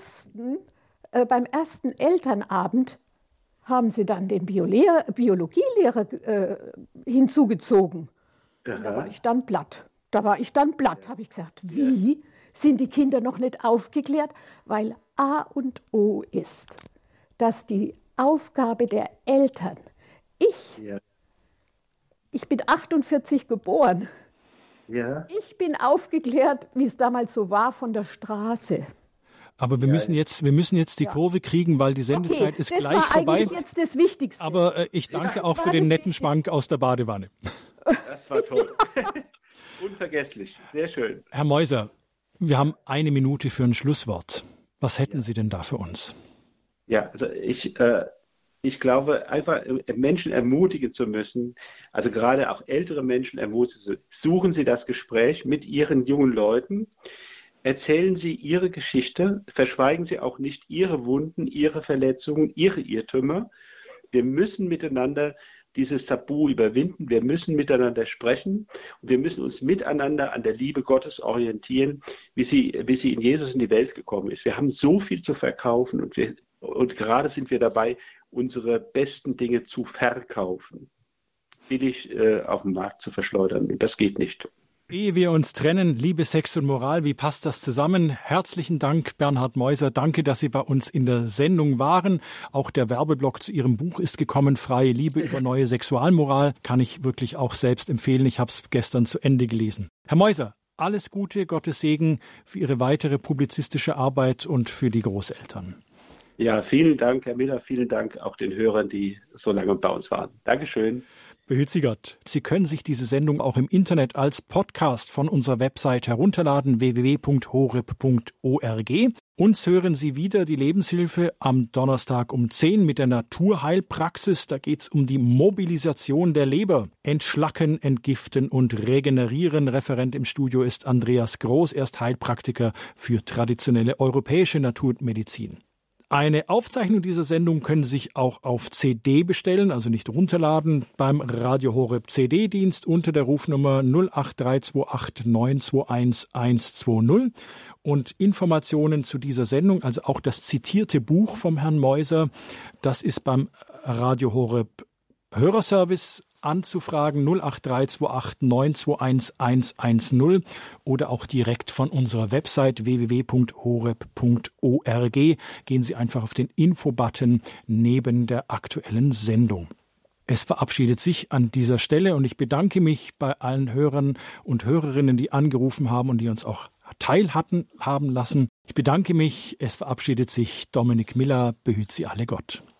ersten Elternabend haben sie dann den Biologielehrer hinzugezogen. Da war ich dann platt. Habe ich gesagt, wie? Sind die Kinder noch nicht aufgeklärt? Weil A und O ist, dass die Aufgabe der Eltern, ich bin 48 geboren, ich bin aufgeklärt, wie es damals so war, von der Straße. Aber wir müssen jetzt die Kurve kriegen, weil die Sendezeit ist gleich vorbei. Das war eigentlich jetzt das Wichtigste. Aber ich danke auch für den netten Schwank aus der Badewanne. Das war toll. Unvergesslich. Sehr schön. Herr Meuser, wir haben 1 Minute für ein Schlusswort. Was hätten Sie denn da für uns? Ja, also ich glaube, einfach Menschen ermutigen zu müssen, also gerade auch ältere Menschen ermutigen, suchen Sie das Gespräch mit Ihren jungen Leuten, erzählen Sie Ihre Geschichte, verschweigen Sie auch nicht Ihre Wunden, Ihre Verletzungen, Ihre Irrtümer. Wir müssen miteinander dieses Tabu überwinden, wir müssen miteinander sprechen und wir müssen uns miteinander an der Liebe Gottes orientieren, wie sie in Jesus in die Welt gekommen ist. Wir haben so viel zu verkaufen und gerade sind wir dabei, unsere besten Dinge zu verkaufen, billig auf dem Markt zu verschleudern. Und das geht nicht. Ehe wir uns trennen, Liebe, Sex und Moral, wie passt das zusammen? Herzlichen Dank, Bernhard Meuser. Danke, dass Sie bei uns in der Sendung waren. Auch der Werbeblock zu Ihrem Buch ist gekommen, Freie Liebe über neue Sexualmoral. Kann ich wirklich auch selbst empfehlen. Ich habe es gestern zu Ende gelesen. Herr Meuser, alles Gute, Gottes Segen für Ihre weitere publizistische Arbeit und für die Großeltern. Ja, vielen Dank, Herr Miller. Vielen Dank auch den Hörern, die so lange bei uns waren. Dankeschön. Behüt Sie Gott. Sie können sich diese Sendung auch im Internet als Podcast von unserer Website herunterladen, www.horeb.org. Uns hören Sie wieder die Lebenshilfe am Donnerstag um 10 mit der Naturheilpraxis. Da geht es um die Mobilisation der Leber. Entschlacken, entgiften und regenerieren. Referent im Studio ist Andreas Groß. Er ist Heilpraktiker für traditionelle europäische Naturmedizin. Eine Aufzeichnung dieser Sendung können Sie sich auch auf CD bestellen, also nicht runterladen, beim Radio Horeb CD-Dienst unter der Rufnummer 08328 921 120. Und Informationen zu dieser Sendung, also auch das zitierte Buch vom Herrn Meuser, das ist beim Radio Horeb Hörerservice anzufragen 08328 921 110 oder auch direkt von unserer Website www.horeb.org. Gehen Sie einfach auf den Info-Button neben der aktuellen Sendung. Es verabschiedet sich an dieser Stelle und ich bedanke mich bei allen Hörern und Hörerinnen, die angerufen haben und die uns auch teilhaben lassen. Ich bedanke mich. Es verabschiedet sich Dominik Miller. Behüt Sie alle Gott.